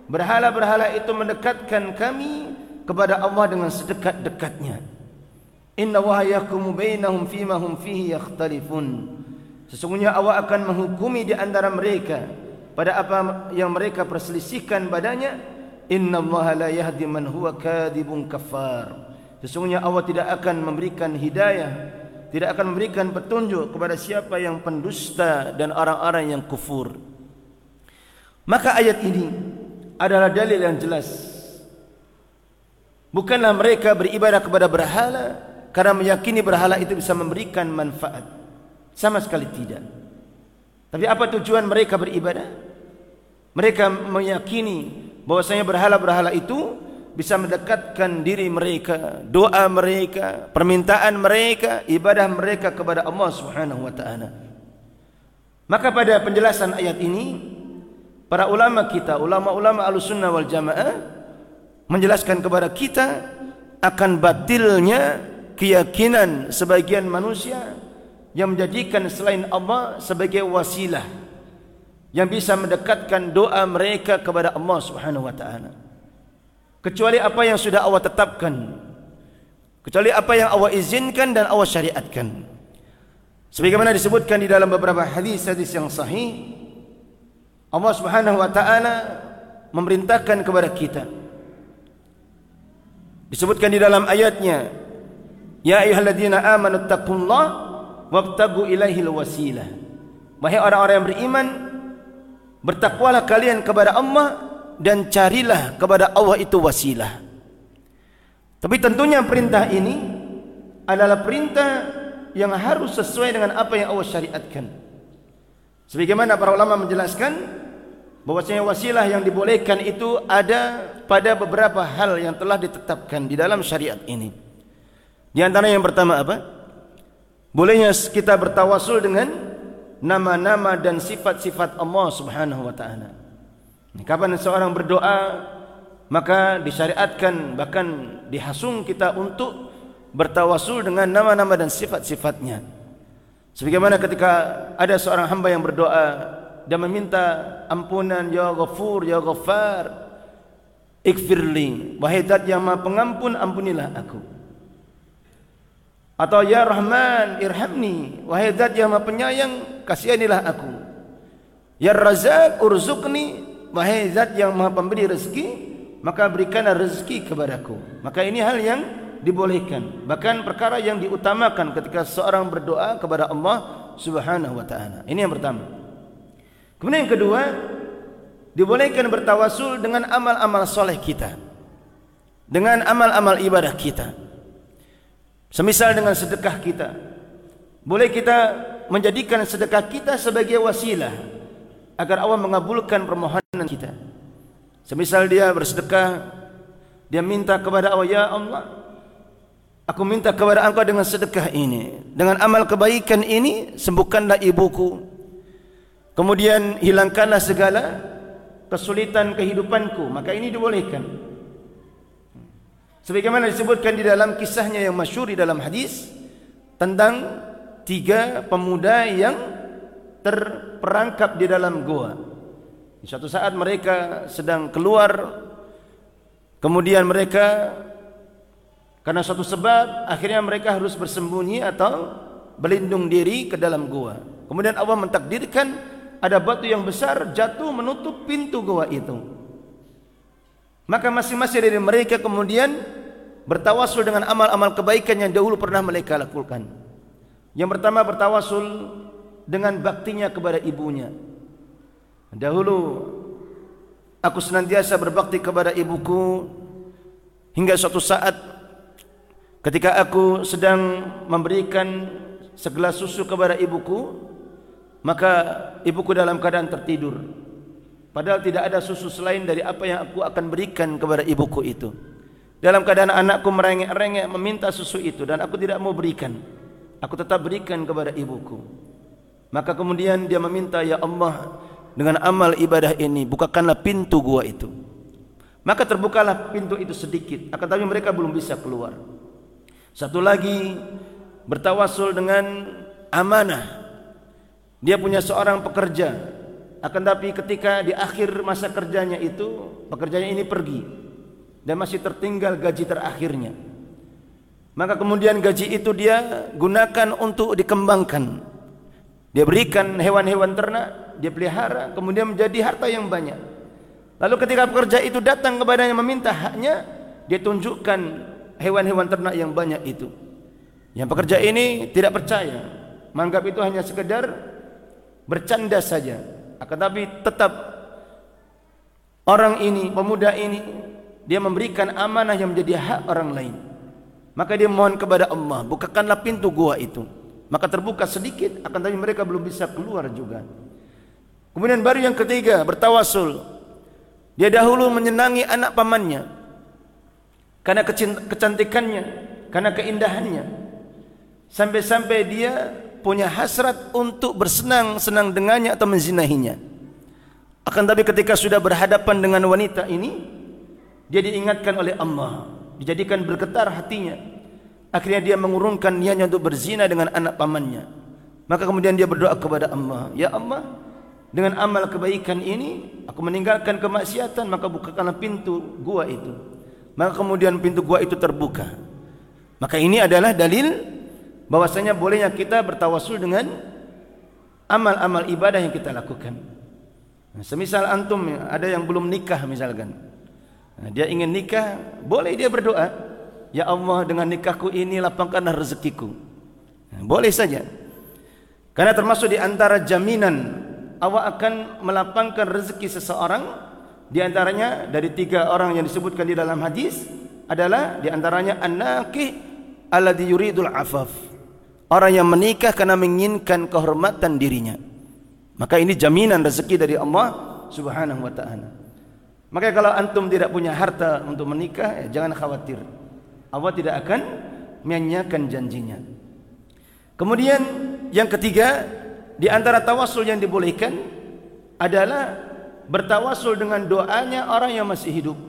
berhala-berhala itu mendekatkan kami kepada Allah dengan sedekat-dekatnya. Inna wa yahkumu bainahum fima hum fihi yakhtalifun. Sesungguhnya Allah akan menghukumi di antara mereka pada apa yang mereka perselisihkan padanya. Inna Allah la yahdi man huwa kadhibun kafar. Sesungguhnya Allah tidak akan memberikan hidayah, tidak akan memberikan petunjuk kepada siapa yang pendusta dan orang-orang yang kufur. Maka ayat ini adalah dalil yang jelas. Bukanlah mereka beribadah kepada berhala karena meyakini berhala itu bisa memberikan manfaat. Sama sekali tidak. Tapi apa tujuan mereka beribadah? Mereka meyakini bahwasanya berhala-berhala itu bisa mendekatkan diri mereka, doa mereka, permintaan mereka, ibadah mereka kepada Allah Subhanahu wa taala. Maka pada penjelasan ayat ini, para ulama kita, ulama-ulama Ahlussunnah wal Jamaah menjelaskan kepada kita akan batilnya keyakinan sebagian manusia yang menjadikan selain Allah sebagai wasilah yang bisa mendekatkan doa mereka kepada Allah Subhanahu wa taala. Kecuali apa yang sudah Allah tetapkan, kecuali apa yang Allah izinkan dan Allah syariatkan. Sebagaimana disebutkan di dalam beberapa hadis-hadis yang sahih, Allah Subhanahu wa taala memerintahkan kepada kita. Disebutkan di dalam ayatnya, ya ayyuhalladzina amanu taqullaha wabtagu ilaihil wasilah. Wahai orang-orang yang beriman, bertakwalah kalian kepada Allah dan carilah kepada Allah itu wasilah. Tapi tentunya perintah ini adalah perintah yang harus sesuai dengan apa yang Allah syariatkan. Sebagaimana para ulama menjelaskan bahwasanya wasilah yang dibolehkan itu ada pada beberapa hal yang telah ditetapkan di dalam syariat ini. Di antara yang pertama apa? Bolehnya kita bertawasul dengan nama-nama dan sifat-sifat Allah Subhanahu wa taala. Kapan seorang berdoa, maka disyariatkan, bahkan dihasung kita untuk bertawasul dengan nama-nama dan sifat-sifatnya. Sebagaimana ketika ada seorang hamba yang berdoa dan meminta ampunan, ya Ghafur, ya Ghaffar, ikfirli, wahai Zat yang Maha Pengampun, ampunilah aku. Atau ya Rahman, irhamni, wahai Zat yang Maha Penyayang, kasihanilah aku. Ya Razak, urzuqni, wahai Zat yang Maha Pemberi rezeki, maka berikanlah rezeki kepadaku. Maka ini hal yang dibolehkan, bahkan perkara yang diutamakan ketika seorang berdoa kepada Allah Subhanahu wa taala. Ini yang pertama. Kemudian yang kedua, dibolehkan bertawasul dengan amal-amal soleh kita, dengan amal-amal ibadah kita. Semisal dengan sedekah kita, boleh kita menjadikan sedekah kita sebagai wasilah agar Allah mengabulkan permohonan kita. Semisal dia bersedekah, dia minta kepada Allah, ya Allah, aku minta kepada Engkau dengan sedekah ini, dengan amal kebaikan ini, sembuhkanlah ibuku, kemudian hilangkanlah segala kesulitan kehidupanku. Maka ini dibolehkan. Sebagaimana disebutkan di dalam kisahnya yang masyhur di dalam hadis tentang tiga pemuda yang terperangkap di dalam gua. Di suatu saat mereka sedang keluar, kemudian mereka karena suatu sebab akhirnya mereka harus bersembunyi atau berlindung diri ke dalam gua. Kemudian Allah mentakdirkan ada batu yang besar jatuh menutup pintu gua itu. Maka masing-masing dari mereka kemudian bertawasul dengan amal-amal kebaikan yang dahulu pernah mereka lakukan. Yang pertama bertawasul dengan baktinya kepada ibunya. Dahulu aku senantiasa berbakti kepada ibuku hingga suatu saat ketika aku sedang memberikan segelas susu kepada ibuku, maka ibuku dalam keadaan tertidur. Padahal tidak ada susu selain dari apa yang aku akan berikan kepada ibuku itu. Dalam keadaan anakku merengek-rengek meminta susu itu dan aku tidak mau berikan. Aku tetap berikan kepada ibuku. Maka kemudian dia meminta, ya Allah, dengan amal ibadah ini bukakanlah pintu gua itu. Maka terbukalah pintu itu sedikit, akan tapi mereka belum bisa keluar. Satu lagi bertawasul dengan amanah. Dia punya seorang pekerja Akan tapi ketika di akhir masa kerjanya itu, pekerjaannya ini pergi dan masih tertinggal gaji terakhirnya, maka kemudian gaji itu dia gunakan untuk dikembangkan. Dia berikan hewan-hewan ternak, dia pelihara, kemudian menjadi harta yang banyak. Lalu ketika pekerja itu datang kepadanya meminta haknya, dia tunjukkan hewan-hewan ternak yang banyak itu. Yang pekerja ini tidak percaya, menganggap itu hanya sekedar bercanda saja. Akan tapi tetap orang ini, pemuda ini, dia memberikan amanah yang menjadi hak orang lain. Maka dia mohon kepada Allah, bukakanlah pintu gua itu. Maka terbuka sedikit, akan tapi mereka belum bisa keluar juga. Kemudian baru yang ketiga, bertawasul. Dia dahulu menyenangi anak pamannya karena kecantikannya, karena keindahannya, sampai-sampai dia punya hasrat untuk bersenang-senang dengannya atau menzinahinya. Akan tapi ketika sudah berhadapan dengan wanita ini, dia diingatkan oleh Allah, dijadikan bergetar hatinya. Akhirnya dia mengurungkan niatnya untuk berzina dengan anak pamannya. Maka kemudian dia berdoa kepada Allah, ya Allah, dengan amal kebaikan ini aku meninggalkan kemaksiatan, maka bukakanlah pintu gua itu. Maka kemudian pintu gua itu terbuka. Maka ini adalah dalil bahwasanya bolehnya kita bertawasul dengan amal-amal ibadah yang kita lakukan. Nah, semisal antum ada yang belum nikah misalkan, nah, dia ingin nikah, boleh dia berdoa, ya Allah, dengan nikahku ini lapangkanlah rezekiku. Nah, boleh saja. Karena termasuk di antara jaminan Allah akan melapangkan rezeki seseorang, di antaranya dari tiga orang yang disebutkan di dalam hadis adalah di antaranya an-naqih alladhi yuridul afaf. Orang yang menikah karena menginginkan kehormatan dirinya. Maka ini jaminan rezeki dari Allah Subhanahu wa ta'ala. Maka kalau antum tidak punya harta untuk menikah, ya jangan khawatir, Allah tidak akan menyanyiakan janjinya. Kemudian yang ketiga, di antara tawasul yang dibolehkan adalah bertawasul dengan doanya orang yang masih hidup.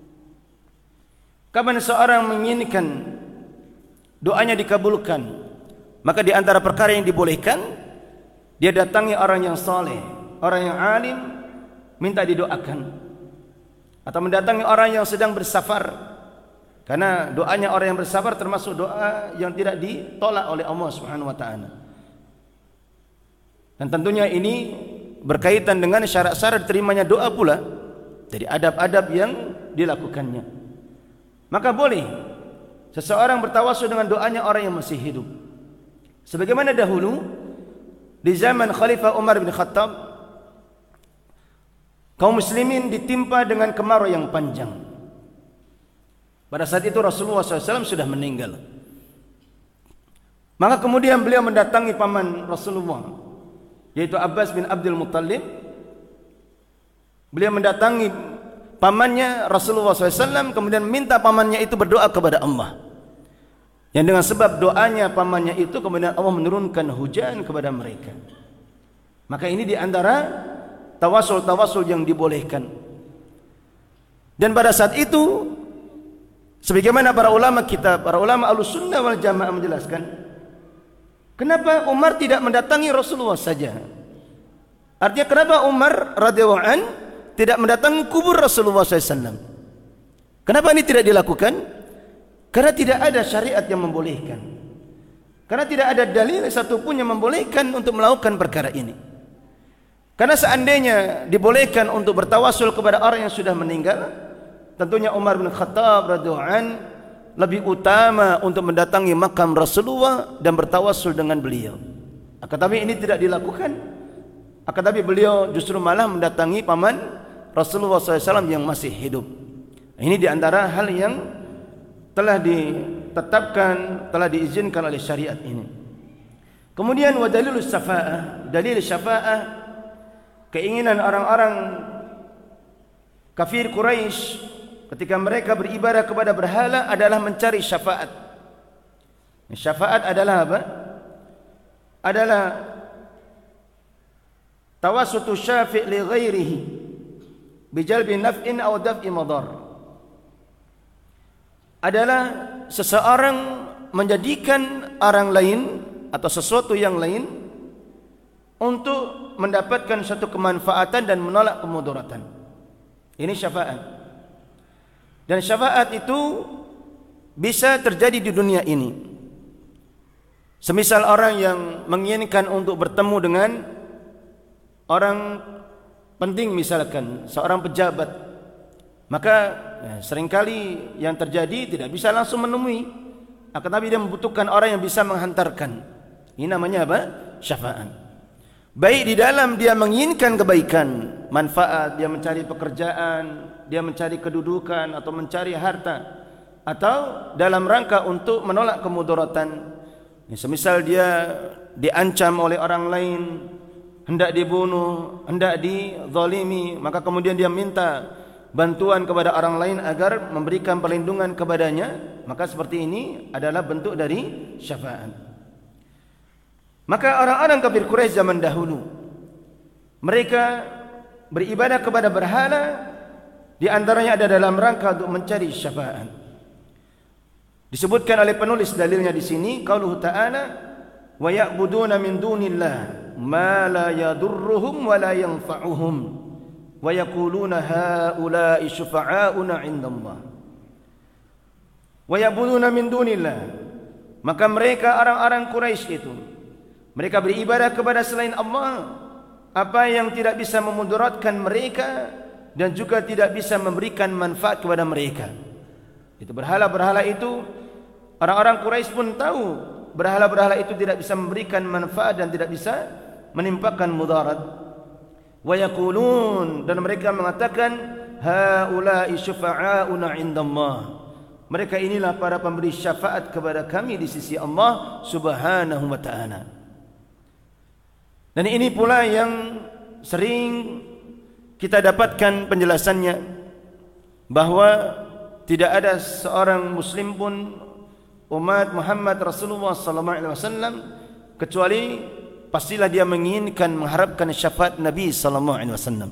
Kapan seorang menginginkan doanya dikabulkan, maka di antara perkara yang dibolehkan, dia datangi orang yang saleh, orang yang alim, minta didoakan. Atau mendatangi orang yang sedang bersafar, karena doanya orang yang bersafar termasuk doa yang tidak ditolak oleh Allah Subhanahu wa ta'ala. Dan tentunya ini berkaitan dengan syarat-syarat diterimanya doa pula, dari adab-adab yang dilakukannya. Maka boleh seseorang bertawasul dengan doanya orang yang masih hidup. Sebagaimana dahulu di zaman Khalifah Umar bin Khattab, kaum muslimin ditimpa dengan kemarau yang panjang. Pada saat itu Rasulullah shallallahu alaihi wasallam sudah meninggal. Maka kemudian beliau mendatangi paman Rasulullah, yaitu Abbas bin Abdul Muttalib. Beliau mendatangi pamannya Rasulullah shallallahu alaihi wasallam, kemudian minta pamannya itu berdoa kepada Allah. Yang dengan sebab doanya pamannya itu kemudian Allah menurunkan hujan kepada mereka. Maka ini diantara tawasul-tawasul yang dibolehkan. Dan pada saat itu, sebagaimana para ulama kita, para ulama Ahlussunnah wal Jamaah menjelaskan, kenapa Umar tidak mendatangi Rasulullah saja? Artinya kenapa Umar radhiyallahu an tidak mendatangi kubur Rasulullah shallallahu alaihi wasallam? Kenapa ini tidak dilakukan? Karena tidak ada syariat yang membolehkan. Karena tidak ada dalil satupun yang membolehkan untuk melakukan perkara ini. Karena seandainya dibolehkan untuk bertawasul kepada orang yang sudah meninggal, tentunya Umar bin Khattab radhiyallahu an lebih utama untuk mendatangi makam Rasulullah dan bertawasul dengan beliau. Akan tapi ini tidak dilakukan. Akan tapi beliau justru malah mendatangi paman Rasulullah shallallahu alaihi wasallam yang masih hidup. Ini diantara hal yang telah ditetapkan, telah diizinkan oleh syariat ini. Kemudian wa dalilus syafa'ah, dalil syafa'ah, keinginan orang-orang kafir Quraisy ketika mereka beribadah kepada berhala adalah mencari syafaat. Syafaat adalah apa? Adalah tawassutu syafi' li ghairihi bijalbi naf'in aw daf'i madar. Adalah seseorang menjadikan orang lain atau sesuatu yang lain untuk mendapatkan suatu kemanfaatan dan menolak kemudaratan. Ini syafaat. Dan syafaat itu bisa terjadi di dunia ini. Semisal orang yang menginginkan untuk bertemu dengan orang penting, misalkan seorang pejabat, maka ya, seringkali yang terjadi tidak bisa langsung menemui, akan tapi dia membutuhkan orang yang bisa menghantarkan. Ini namanya apa? Syafaat. Baik di dalam dia menginginkan kebaikan, manfaat, dia mencari pekerjaan, dia mencari kedudukan atau mencari harta, atau dalam rangka untuk menolak kemudaratan. Ya, semisal dia diancam oleh orang lain, hendak dibunuh, hendak dizalimi, maka kemudian dia minta bantuan kepada orang lain agar memberikan perlindungan kepadanya, maka seperti ini adalah bentuk dari syafaat. Maka orang-orang kafir Quraisy zaman dahulu, mereka beribadah kepada berhala, di antaranya ada dalam rangka untuk mencari syafaat. Disebutkan oleh penulis dalilnya di sini, qauluhu ta'ala, wa ya'buduna min dunillah ma la yadurruhum wa la yanfa'uhum wa yaquluna haula'i syufa'auna 'indallah. Wa ya'buduna min dunillah, maka mereka orang-orang Quraisy itu, mereka beribadah kepada selain Allah, apa yang tidak bisa memudaratkan mereka dan juga tidak bisa memberikan manfaat kepada mereka. Itu berhala-berhala itu, orang-orang Quraisy pun tahu berhala-berhala itu tidak bisa memberikan manfaat dan tidak bisa menimpakan mudarat. Wa yaqulun, dan mereka mengatakan haula'i syufa'auna 'indallah. Mereka inilah para pemberi syafaat kepada kami di sisi Allah Subhanahu wa ta'ala. Dan ini pula yang sering kita dapatkan penjelasannya, bahwa tidak ada seorang muslim pun umat Muhammad Rasulullah sallallahu alaihi wasallam kecuali pastilah dia menginginkan mengharapkan syafaat Nabi sallallahu alaihi wasallam.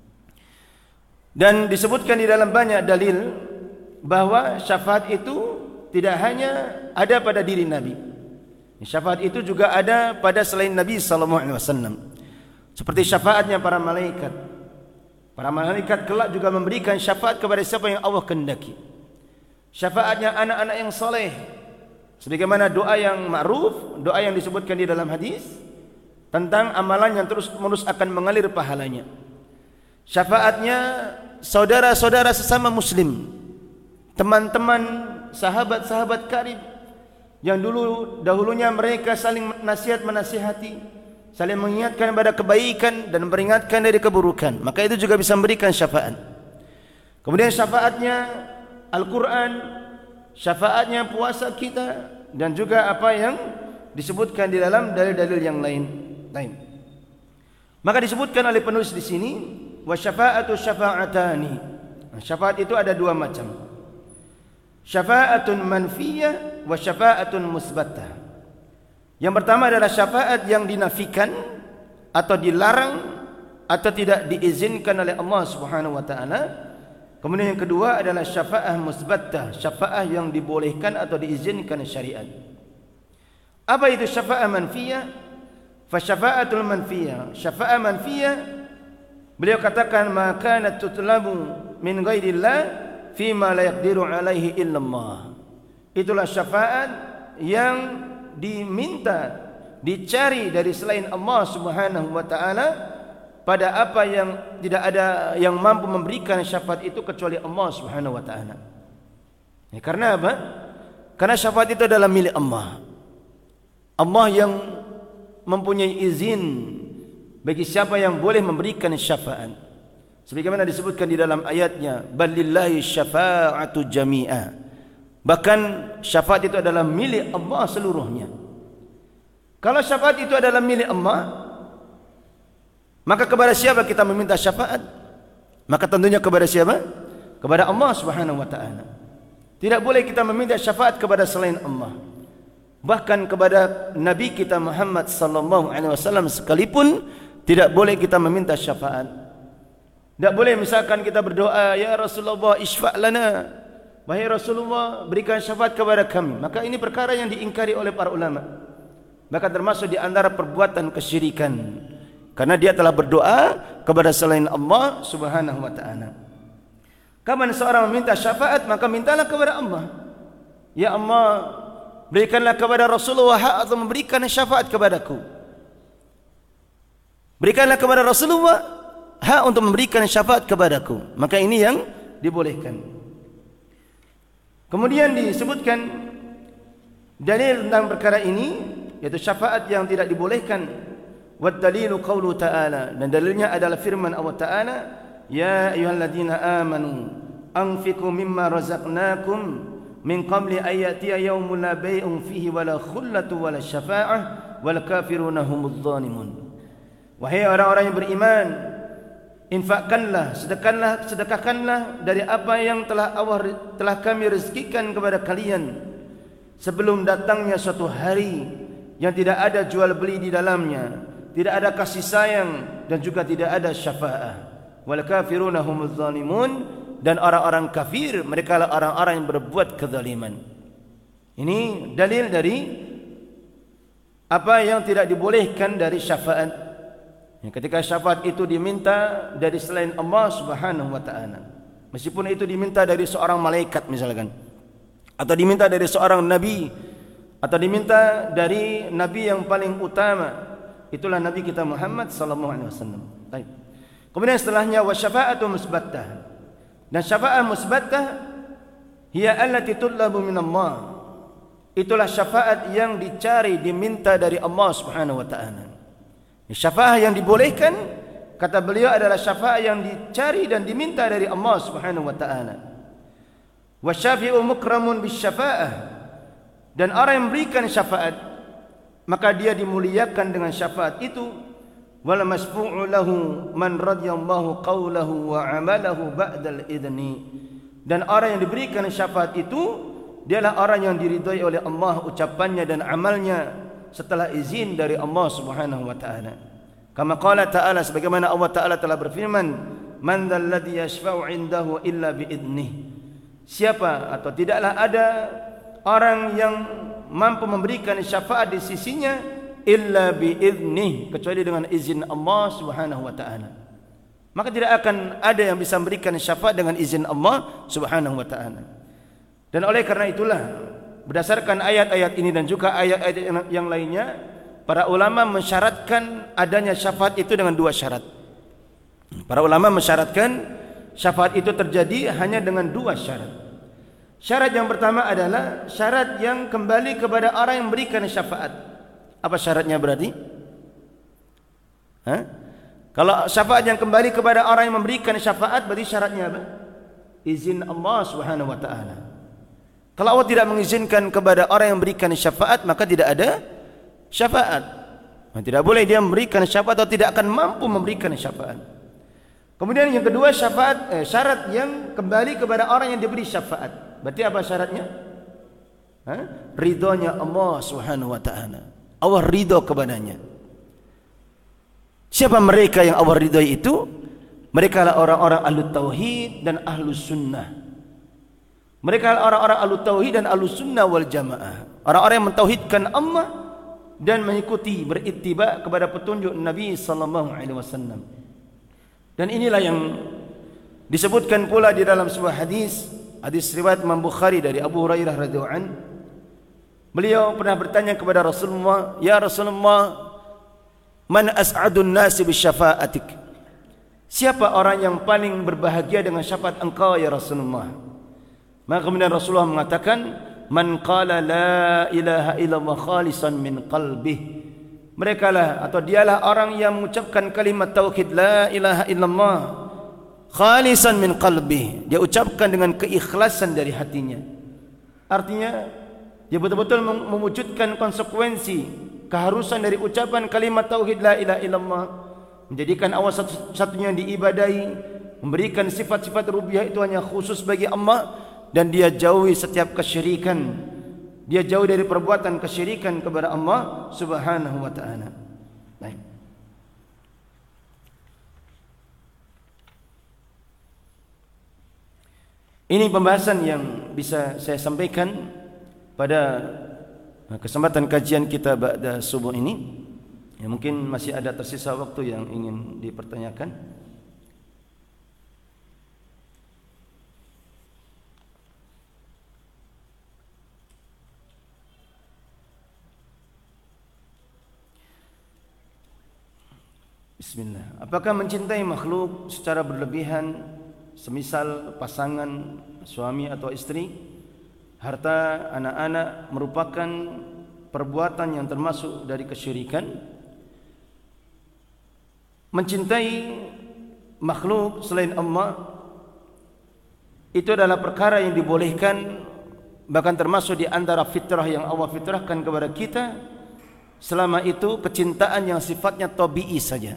Dan disebutkan di dalam banyak dalil bahwa syafaat itu tidak hanya ada pada diri Nabi. Syafaat itu juga ada pada selain Nabi sallallahu alaihi wasallam. Seperti syafaatnya para malaikat. Para malaikat kelak juga memberikan syafaat kepada siapa yang Allah kehendaki. Syafaatnya anak-anak yang soleh, sebagaimana doa yang ma'ruf, doa yang disebutkan di dalam hadis tentang amalan yang terus-menerus akan mengalir pahalanya. Syafaatnya saudara-saudara sesama muslim, teman-teman, sahabat-sahabat karib, yang dulu dahulunya mereka saling nasihat menasihati, saling mengingatkan pada kebaikan dan memperingatkan dari keburukan, maka itu juga bisa memberikan syafaat. Kemudian syafaatnya Al-Quran, syafaatnya puasa kita, dan juga apa yang disebutkan di dalam dalil-dalil yang lain. lain. Maka disebutkan oleh penulis di sini, wa syafa'atu syafa'atani. Syafaat itu ada dua macam. Syafa'atun manfiyah wa syafa'atun musbatah. Yang pertama adalah syafaat yang dinafikan atau dilarang atau tidak diizinkan oleh Allah Subhanahu wa taala. Kemudian yang kedua adalah syafaat musbattah, syafaat yang dibolehkan atau diizinkan syariat. Apa itu syafaat manfiyah? Fa syafaatul manfiyah, syafaat manfiyah beliau katakan ma kanat tutlabu min ghairillah fi ma la yaqdiru alaihi illallah. Itulah syafaat yang diminta, dicari dari selain Allah Subhanahu wa taala pada apa yang tidak ada yang mampu memberikan syafaat itu kecuali Allah Subhanahu wa taala. Ya, karena apa? Karena syafaat itu adalah milik Allah. Allah yang mempunyai izin bagi siapa yang boleh memberikan syafaat. Sebagaimana disebutkan di dalam ayatnya, ballillahi syafa'atu jami'a. Bahkan syafaat itu adalah milik Allah seluruhnya. Kalau syafaat itu adalah milik Allah, maka kepada siapa kita meminta syafaat? Maka tentunya kepada siapa? Kepada Allah Subhanahu wa taala. Tidak boleh kita meminta syafaat kepada selain Allah. Bahkan kepada Nabi kita Muhammad sallallahu alaihi wasallam sekalipun tidak boleh kita meminta syafaat. Tidak boleh misalkan kita berdoa, ya Rasulullah isfa' lana, wahai Rasulullah berikan syafaat kepada kami. Maka ini perkara yang diingkari oleh para ulama. maka termasuk di antara perbuatan kesyirikan, karena dia telah berdoa kepada selain Allah Subhanahu wa taala. Kapan seorang meminta syafaat, maka mintalah kepada Allah. Ya Allah, berikanlah kepada Rasulullah hak atau memberikan syafaat kepadaku. Berikanlah kepada Rasulullah hak untuk memberikan syafaat kepadaku. Maka ini yang dibolehkan. Kemudian disebutkan dalil tentang perkara ini, yaitu syafaat yang tidak dibolehkan. Wa dalilu qaulu ta'ala, dan dalilnya adalah firman Allah Ta'ala, ya ayyuhalladzina amanu anfiqu mimma razaqnakum min qabli an ya'tiya yawmun la bay'un fihi wala khullatu wala syafa'ah wal kafiruna humudz zalimun. Wahai orang-orang yang beriman, infakkanlah, sedekahkanlah, sedekahkanlah dari apa yang telah Allah telah kami rezekikan kepada kalian sebelum datangnya suatu hari yang tidak ada jual beli di dalamnya, tidak ada kasih sayang, dan juga tidak ada syafaah. Wal kafiruna humuz zalimun, dan orang-orang kafir mereka adalah orang-orang yang berbuat kezaliman. Ini dalil dari apa yang tidak dibolehkan dari syafaat. Ketika syafaat itu diminta dari selain Allah Subhanahu wa taala, meskipun itu diminta dari seorang malaikat misalkan, atau diminta dari seorang nabi, atau diminta dari nabi yang paling utama, itulah Nabi kita Muhammad sallallahu alaihi wasallam. Baik. Kemudian setelahnya wasyafa'atu musbattah. Dan syafaat musbattah hiya allati tutlabu min Allah. Itulah syafaat yang dicari, diminta dari Allah Subhanahu wa taala. Syafaat yang dibolehkan, kata beliau, adalah syafaat yang dicari dan diminta dari Allah Subhanahu wa taala. Wasyafi'u mukramun bisyafa'ah. Dan orang yang memberikan syafaat, maka dia dimuliakan dengan syafaat itu. Wala masfu'u lahu man radiyallahu qawlahu wa amalahu ba'dal idni. Dan orang yang diberikan syafaat itu, dialah orang yang diridhai oleh Allah ucapannya dan amalnya setelah izin dari Allah Subhanahu wa taala. Kama qala ta'ala, sebagaimana Allah taala telah berfirman, man dzal ladzi yashfa'u 'indahu illa bi idnih. Siapa atau tidaklah ada orang yang mampu memberikan syafaat di sisinya illa biiznih, kecuali dengan izin Allah Subhanahu wa taala. Maka tidak akan ada yang bisa memberikan syafaat dengan izin Allah Subhanahu wa taala. Dan oleh karena itulah, berdasarkan ayat-ayat ini dan juga ayat-ayat yang lainnya, para ulama mensyaratkan adanya syafaat itu dengan dua syarat. Para ulama mensyaratkan syafaat itu terjadi hanya dengan dua syarat. Syarat yang pertama adalah syarat yang kembali kepada orang yang memberikan syafaat. Apa syaratnya berarti? Hah? Kalau syafaat yang kembali kepada orang yang memberikan syafaat, berarti syaratnya apa? Izin Allah Subhanahu wa taala. Kalau Allah tidak mengizinkan kepada orang yang memberikan syafaat, maka tidak ada syafaat. Tidak boleh dia memberikan syafaat atau tidak akan mampu memberikan syafaat. Kemudian yang kedua, syafaat eh, syarat yang kembali kepada orang yang diberi syafaat. Berarti apa syaratnya? Hah? Ridhonya Allah Subhanahu wa taala. Allah ridho kepadanya. Siapa mereka yang Allah ridhoi itu? Mereka adalah orang-orang ahlu tauhid dan ahlu sunnah. Mereka adalah orang-orang ahlu tauhid dan ahlu sunnah wal jamaah. Orang-orang yang mentauhidkan Allah dan mengikuti, berittiba kepada petunjuk Nabi sallallahu alaihi wasallam. Dan inilah yang disebutkan pula di dalam sebuah hadis, hadis riwayat Imam Bukhari dari Abu Hurairah radhiyallahu anhu. Beliau pernah bertanya kepada Rasulullah, ya Rasulullah, man as'adun nasi bisyafa'atik? Siapa orang yang paling berbahagia dengan syafaat engkau ya Rasulullah? Maka kemudian Rasulullah mengatakan, man qala la ilaha illallah khalisan min qalbih. Mereka lah atau dialah orang yang mengucapkan kalimat tauhid la ilaha illallah khalisan min qalbih. Dia ucapkan dengan keikhlasan dari hatinya. Artinya dia betul-betul mewujudkan konsekuensi keharusan dari ucapan kalimat tauhid la ilaha illallah, menjadikan Allah satu-satunya yang diibadahi, memberikan sifat-sifat rububiyah itu hanya khusus bagi Allah, dan dia jauhi setiap kesyirikan. Dia jauh dari perbuatan kesyirikan kepada Allah Subhanahu wa taala. Baik. Ini pembahasan yang bisa saya sampaikan pada kesempatan kajian kita pada subuh ini. Ya, mungkin masih ada tersisa waktu yang ingin dipertanyakan. Bismillah. Apakah mencintai makhluk secara berlebihan, semisal pasangan, suami atau istri, harta, anak-anak, merupakan perbuatan yang termasuk dari kesyirikan? Mencintai makhluk selain Allah itu adalah perkara yang dibolehkan, bahkan termasuk di antara fitrah yang Allah fitrahkan kepada kita, selama itu kecintaan yang sifatnya tabi'i saja,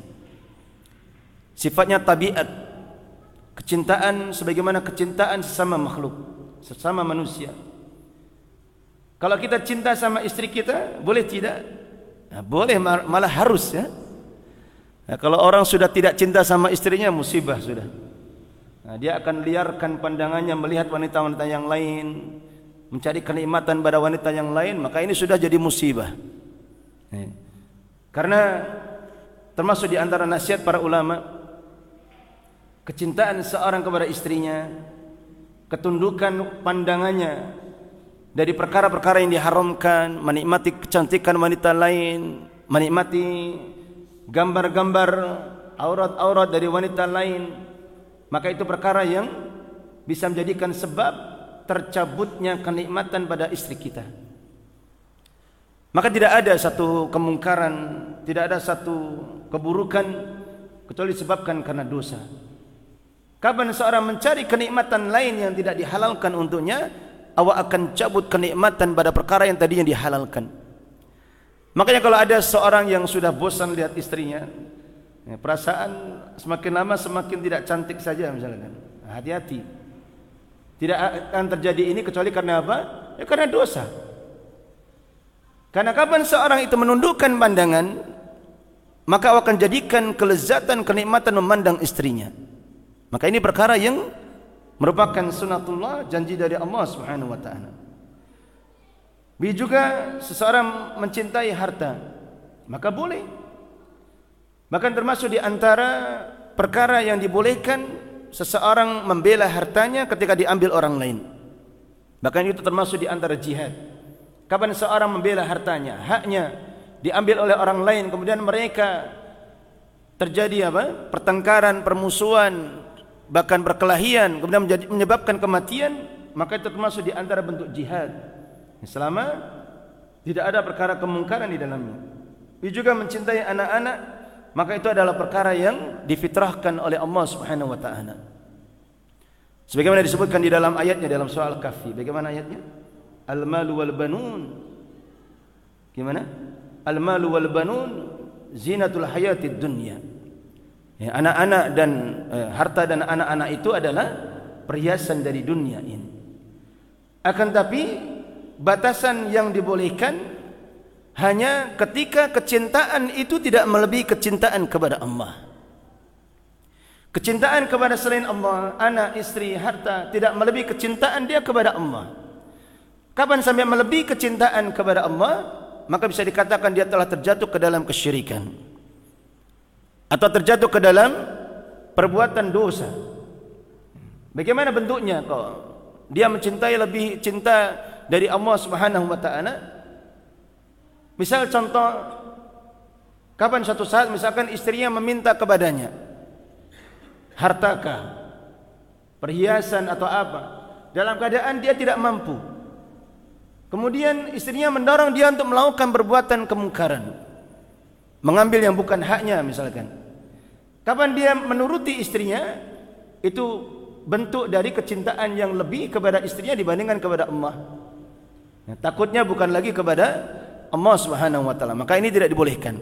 sifatnya tabiat, kecintaan sebagaimana kecintaan sesama makhluk, sesama manusia. Kalau kita cinta sama istri kita, boleh tidak? Nah, boleh, malah harus ya. Nah, kalau orang sudah tidak cinta sama istrinya, musibah sudah. Nah, dia akan liarkan pandangannya melihat wanita-wanita yang lain, mencari kenikmatan pada wanita yang lain, maka ini sudah jadi musibah. Nah, karena termasuk di antara nasihat para ulama, kecintaan seorang kepada istrinya, ketundukan pandangannya dari perkara-perkara yang diharamkan, menikmati kecantikan wanita lain, menikmati gambar-gambar aurat-aurat dari wanita lain, maka itu perkara yang bisa menjadikan sebab tercabutnya kenikmatan pada istri kita. Maka tidak ada satu kemungkaran, tidak ada satu keburukan kecuali disebabkan karena dosa. Kapan seorang mencari kenikmatan lain yang tidak dihalalkan untuknya, awak akan cabut kenikmatan pada perkara yang tadinya dihalalkan. Makanya kalau ada seorang yang sudah bosan lihat istrinya, ya, perasaan semakin lama semakin tidak cantik saja misalkan, hati-hati. Tidak akan terjadi ini kecuali karena apa? Ya, karena dosa. Karena kapan seorang itu menundukkan pandangan, maka awak akan jadikan kelezatan kenikmatan memandang istrinya. Maka ini perkara yang merupakan sunatullah, janji dari Allah Subhanahu wa taala. Bi juga seseorang mencintai harta, maka boleh. Bahkan termasuk di antara perkara yang dibolehkan seseorang membela hartanya ketika diambil orang lain. Bahkan itu termasuk di antara jihad. Kapan seorang membela hartanya, haknya diambil oleh orang lain, kemudian mereka terjadi apa? Pertengkaran, permusuhan, bahkan perkelahian, kemudian menyebabkan kematian, maka itu termasuk di antara bentuk jihad. Selama tidak ada perkara kemungkaran di dalamnya. Dia juga mencintai anak-anak, maka itu adalah perkara yang difitrahkan oleh Allah Subhanahu wa taala. Sebagaimana disebutkan di dalam ayatnya dalam surah Al-Kahfi. Bagaimana ayatnya? Al-malu wal banun. Gimana? Al-malu wal banun zinatul hayatid dunya. Ya, anak-anak dan eh, harta dan anak-anak itu adalah perhiasan dari dunia ini. Akan tapi batasan yang dibolehkan hanya ketika kecintaan itu tidak melebihi kecintaan kepada Allah. Kecintaan kepada selain Allah, anak, istri, harta, tidak melebihi kecintaan dia kepada Allah. Kapan sampai melebihi kecintaan kepada Allah, maka bisa dikatakan dia telah terjatuh ke dalam kesyirikan, atau terjatuh ke dalam perbuatan dosa. Bagaimana bentuknya? Kok dia mencintai lebih cinta dari Allah Subhanahu wa taala? Misal contoh, kapan suatu saat misalkan istrinya meminta kepadanya hartakah, perhiasan atau apa, dalam keadaan dia tidak mampu. Kemudian istrinya mendorong dia untuk melakukan perbuatan kemungkaran, mengambil yang bukan haknya misalkan. Kapan dia menuruti istrinya, itu bentuk dari kecintaan yang lebih kepada istrinya dibandingkan kepada Allah. Nah, takutnya bukan lagi kepada Allah Subhanahu wa taala, maka ini tidak dibolehkan.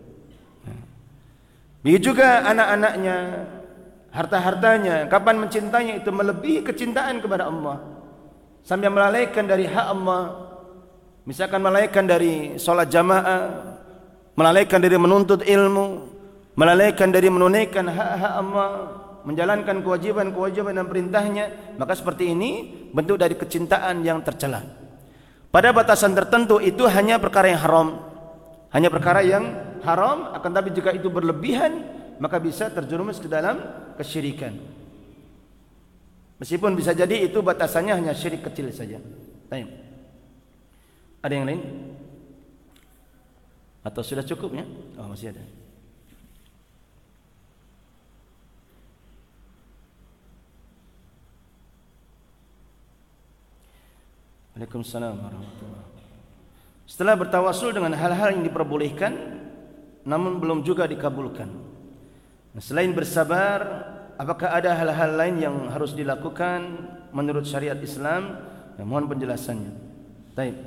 Begitu juga anak-anaknya, harta-hartanya, kapan mencintainya itu melebihi kecintaan kepada Allah, sampai melalaikan dari hak Allah. Misalkan melalaikan dari sholat jamaah, melalaikan dari menuntut ilmu, melalaikan dari menunaikan hak-hak Allah, menjalankan kewajiban-kewajiban dan perintahnya, maka seperti ini bentuk dari kecintaan yang tercela. pada batasan tertentu itu hanya perkara yang haram, hanya perkara yang haram. Akan tapi jika itu berlebihan, maka bisa terjerumus ke dalam kesyirikan. Meskipun bisa jadi itu batasannya hanya syirik kecil saja. Baik. Ada yang lain? Atau sudah cukup ya? Oh, masih ada. Waalaikumsalam warahmatullahi wabarakatuh. Setelah bertawasul dengan hal-hal yang diperbolehkan namun belum juga dikabulkan, nah, selain bersabar, apakah ada hal-hal lain yang harus dilakukan menurut syariat Islam? Ya, mohon penjelasannya. Baik.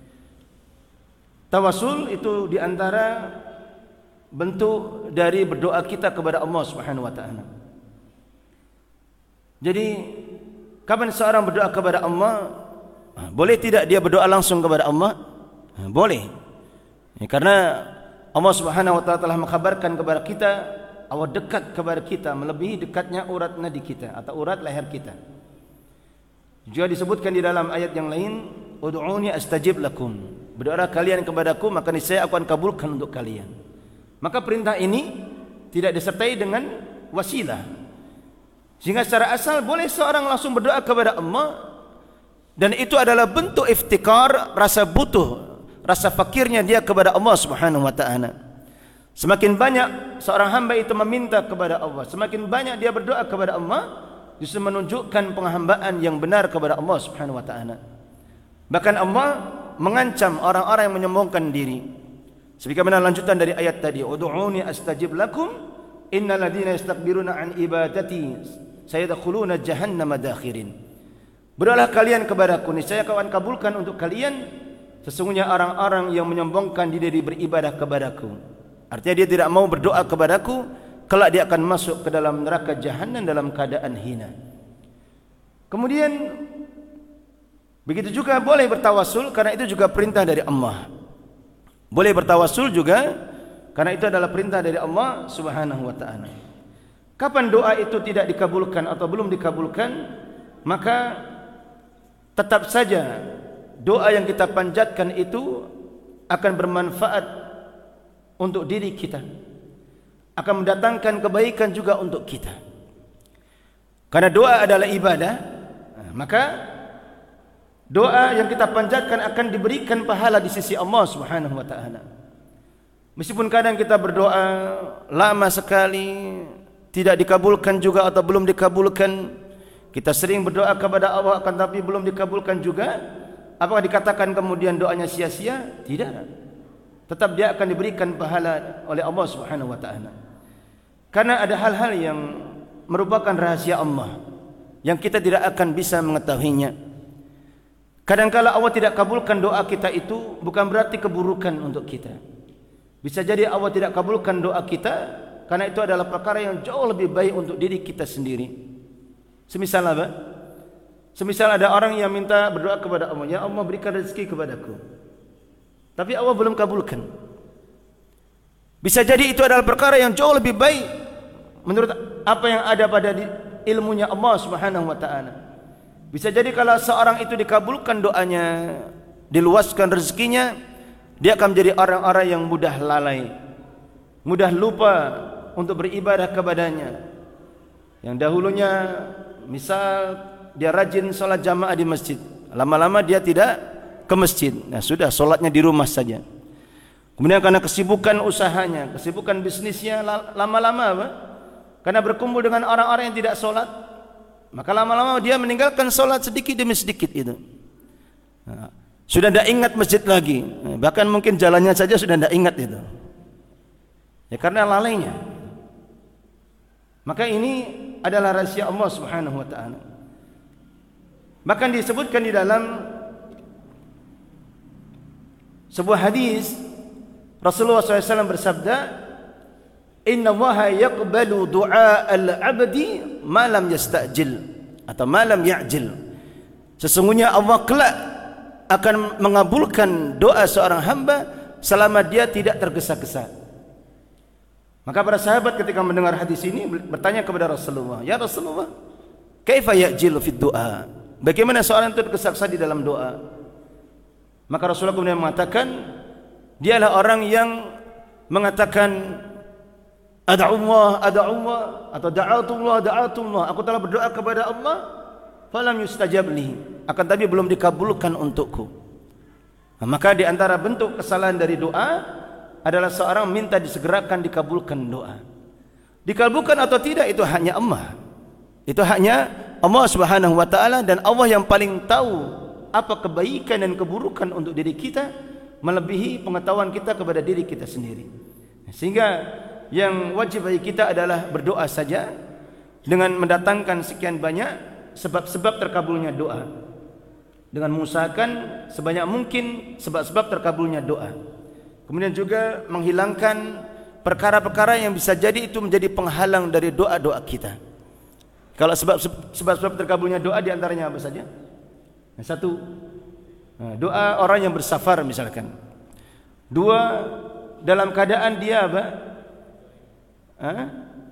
Tawasul itu diantara bentuk dari berdoa kita kepada Allah Subhanahu wa taala. Jadi, kapan seorang berdoa kepada Allah, boleh tidak dia berdoa langsung kepada Allah? Boleh. Ya, karena Allah Subhanahu wa taala telah mengkhabarkan kepada kita, Allah dekat kepada kita melebihi dekatnya urat nadi kita atau urat leher kita. Juga disebutkan di dalam ayat yang lain, ud'uuni astajib lakum. Berdoa kalian kepadaku, maka niscaya aku akan kabulkan untuk kalian. Maka perintah ini tidak disertai dengan wasilah. Sehingga secara asal boleh seorang langsung berdoa kepada Allah, dan itu adalah bentuk iftikar, rasa butuh, rasa fakirnya dia kepada Allah Subhanahu wa taala. Semakin banyak seorang hamba itu meminta kepada Allah, semakin banyak dia berdoa kepada Allah, justru menunjukkan penghambaan yang benar kepada Allah Subhanahu wa taala. Bahkan Allah mengancam orang-orang yang menyombongkan diri. Sebagaimana lanjutan dari ayat tadi, ud'uuni astajib lakum innal ladzina yastakbiruna an ibadati sayadkhuluna jahannama dakhirin. Berdoalah kalian kepadaku, niscaya aku akan kabulkan untuk kalian. Sesungguhnya orang-orang yang menyombongkan diri beribadah kepadaku, artinya dia tidak mau berdoa kepadaku, kelak dia akan masuk ke dalam neraka jahanam dalam keadaan hina. Kemudian begitu juga boleh bertawasul, karena itu juga perintah dari Allah. Boleh bertawasul juga karena itu adalah perintah dari Allah Subhanahu wa taala. Kapan doa itu tidak dikabulkan atau belum dikabulkan, maka tetap saja doa yang kita panjatkan itu akan bermanfaat untuk diri kita, akan mendatangkan kebaikan juga untuk kita. Karena doa adalah ibadah, maka doa yang kita panjatkan akan diberikan pahala di sisi Allah Subhanahu wa taala. Meskipun kadang kita berdoa lama sekali tidak dikabulkan juga atau belum dikabulkan, kita sering berdoa kepada Allah akan tapi belum dikabulkan juga, apakah dikatakan kemudian doanya sia-sia? Tidak. Tetap dia akan diberikan pahala oleh Allah Subhanahu wa taala. Karena ada hal-hal yang merupakan rahasia Allah yang kita tidak akan bisa mengetahuinya. Kadangkala Allah tidak kabulkan doa kita itu bukan berarti keburukan untuk kita. Bisa jadi Allah tidak kabulkan doa kita karena itu adalah perkara yang jauh lebih baik untuk diri kita sendiri. Semisal apa? Semisal ada orang yang minta berdoa kepada Allah, ya Allah berikan rezeki kepadaku, tapi Allah belum kabulkan. Bisa jadi itu adalah perkara yang jauh lebih baik menurut apa yang ada pada ilmunya Allah Subhanahu wa taala. Bisa jadi kalau seorang itu dikabulkan doanya, diluaskan rezekinya, dia akan menjadi orang-orang yang mudah lalai, mudah lupa untuk beribadah kepadanya. Yang dahulunya misal dia rajin sholat jamaah di masjid, lama-lama dia tidak ke masjid. Nah sudah, sholatnya di rumah saja. Kemudian karena kesibukan usahanya, kesibukan bisnisnya, lama-lama apa? Karena berkumpul dengan orang-orang yang tidak sholat, maka lama-lama dia meninggalkan sholat sedikit demi sedikit itu. Nah, sudah tidak ingat masjid lagi, bahkan mungkin jalannya saja sudah tidak ingat itu. Ya karena lalainya. Maka ini adalah rahasia Allah Subhanahu wa taala. Bahkan disebutkan di dalam sebuah hadis, Rasulullah shallallahu alaihi wasallam bersabda, Inna Allaha yaqbalu du'a al-abdi ma lam yasta'jil atau ma lam ya'jil. Sesungguhnya Allah kelak akan mengabulkan doa seorang hamba selama dia tidak tergesa-gesa. Maka para sahabat ketika mendengar hadis ini bertanya kepada Rasulullah, ya Rasulullah, kaifa ya'jilu fid du'a? Bagaimana seorang itu tergesa-gesa di dalam doa? Maka Rasulullah kemudian mengatakan, dialah orang yang mengatakan ad'ullah ad'ullah atau da'atullah da'atullah, aku telah berdoa kepada Allah, falam yustajab li, akan tapi belum dikabulkan untukku. Nah, maka di antara bentuk kesalahan dari doa adalah seorang minta disegerakan dikabulkan doa. Dikabulkan atau tidak itu hanya Allah. Itu hanya Allah Subhanahu wa taala, dan Allah yang paling tahu apa kebaikan dan keburukan untuk diri kita melebihi pengetahuan kita kepada diri kita sendiri. Sehingga yang wajib bagi kita adalah berdoa saja dengan mendatangkan sekian banyak sebab-sebab terkabulnya doa, dengan mengusahakan sebanyak mungkin sebab-sebab terkabulnya doa. Kemudian juga menghilangkan perkara-perkara yang bisa jadi itu menjadi penghalang dari doa-doa kita. Kalau sebab-sebab terkabulnya doa diantaranya apa saja? Yang satu, doa orang yang bersafar misalkan. Dua, dalam keadaan dia apa? Hah?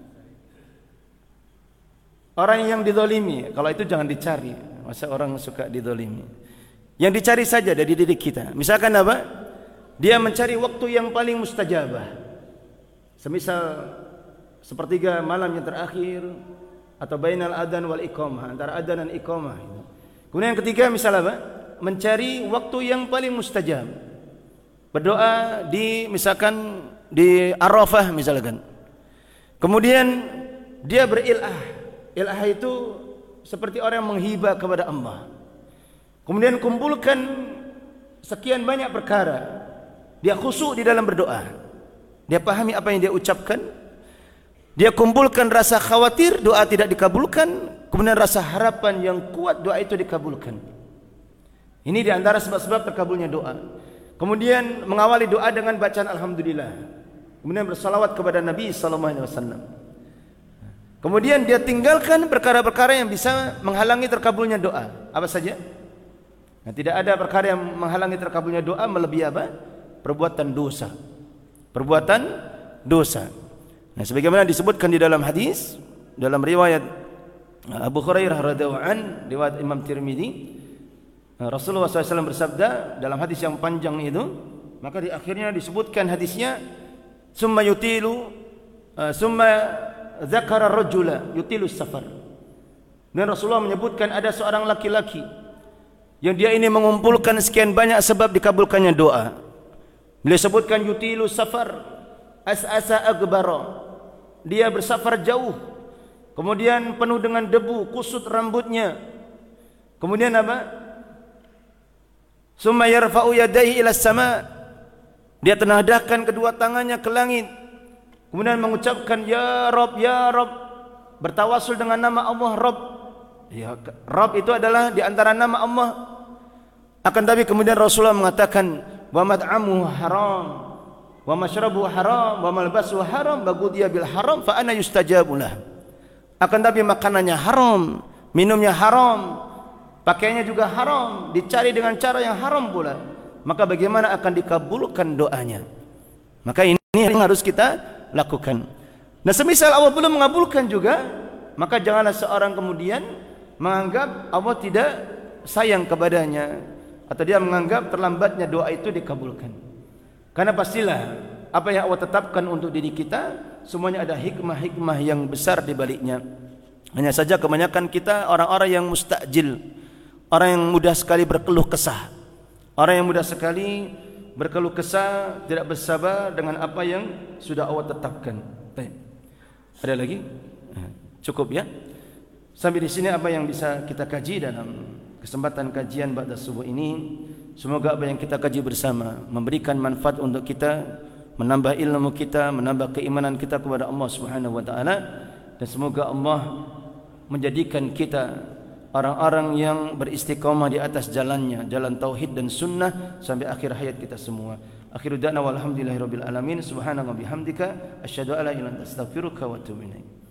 Orang yang dizalimi, kalau itu jangan dicari. Masa orang suka dizalimi? Yang dicari saja dari diri kita. Misalkan apa? Dia mencari waktu yang paling mustajabah. Semisal sepertiga malam yang terakhir, atau bainal adzan wal iqamah, antara adzan dan iqamah. Kemudian yang ketiga misal apa? Mencari waktu yang paling mustajab. Berdoa di misalkan di Arafah misalkan. Kemudian dia berilah. Ilah itu seperti orang yang menghibah kepada Allah. Kemudian kumpulkan sekian banyak perkara. Dia khusyuk di dalam berdoa. Dia pahami apa yang dia ucapkan. Dia kumpulkan rasa khawatir doa tidak dikabulkan, kemudian rasa harapan yang kuat doa itu dikabulkan. Ini di antara sebab-sebab terkabulnya doa. Kemudian mengawali doa dengan bacaan alhamdulillah. Kemudian bersalawat kepada Nabi sallallahu alaihi wasallam. Kemudian dia tinggalkan perkara-perkara yang bisa menghalangi terkabulnya doa. Apa saja? Nah, tidak ada perkara yang menghalangi terkabulnya doa melebihi apa? Perbuatan dosa. Perbuatan dosa. Nah, sebagaimana disebutkan di dalam hadis, dalam riwayat Abu Hurairah radhiyallahu an, riwayat Imam Tirmidzi, Rasulullah shallallahu alaihi wasallam bersabda dalam hadis yang panjang itu, maka di akhirnya disebutkan hadisnya, summa yutilu, uh, summa dzakara rajula yutilu safar. Dan Rasulullah menyebutkan ada seorang laki-laki yang dia ini mengumpulkan sekian banyak sebab dikabulkannya doa. Beliau sebutkan yutilu safar, as'asa agbara. Dia bersafar jauh, kemudian penuh dengan debu, kusut rambutnya. Kemudian apa? Summa yarfa'u yadayhi ila sama. Dia tenadahkan kedua tangannya ke langit. Kemudian mengucapkan ya Rabb, ya Rabb, bertawasul dengan nama Allah Rabb. Ya, Rabb itu adalah di antara nama Allah. Akan tapi kemudian Rasulullah mengatakan wa mat'amuhu haram, wa mashrabuhu haram, wa malbasuhu haram, baghudhiya bil haram fa ana yustajabulah. Akan tapi makanannya haram, minumnya haram, pakaiannya juga haram, dicari dengan cara yang haram pula, maka bagaimana akan dikabulkan doanya? Maka ini yang harus kita lakukan. Nah, semisal Allah belum mengabulkan juga, maka janganlah seorang kemudian menganggap Allah tidak sayang kepadanya, atau dia menganggap terlambatnya doa itu dikabulkan. Karena pastilah apa yang Allah tetapkan untuk diri kita semuanya ada hikmah-hikmah yang besar di baliknya. Hanya saja kebanyakan kita orang-orang yang mustajil, orang yang mudah sekali berkeluh kesah, orang yang mudah sekali berkeluh kesah, tidak bersabar dengan apa yang sudah Allah tetapkan. Baik. Ada lagi? Cukup ya. Sampai di sini apa yang bisa kita kaji dalam kesempatan kajian ba'da subuh ini. Semoga apa yang kita kaji bersama memberikan manfaat untuk kita, menambah ilmu kita, menambah keimanan kita kepada Allah Subhanahu wa taala, dan semoga Allah menjadikan kita orang-orang yang beristiqamah di atas jalannya, jalan tauhid dan sunnah sampai akhir hayat kita semua. Akhiru da'na walhamdulillahirabbil alamin. Subhanaka bihamdika asyhadu an la ilaha illa anta astaghfiruka wa atubu ilaik.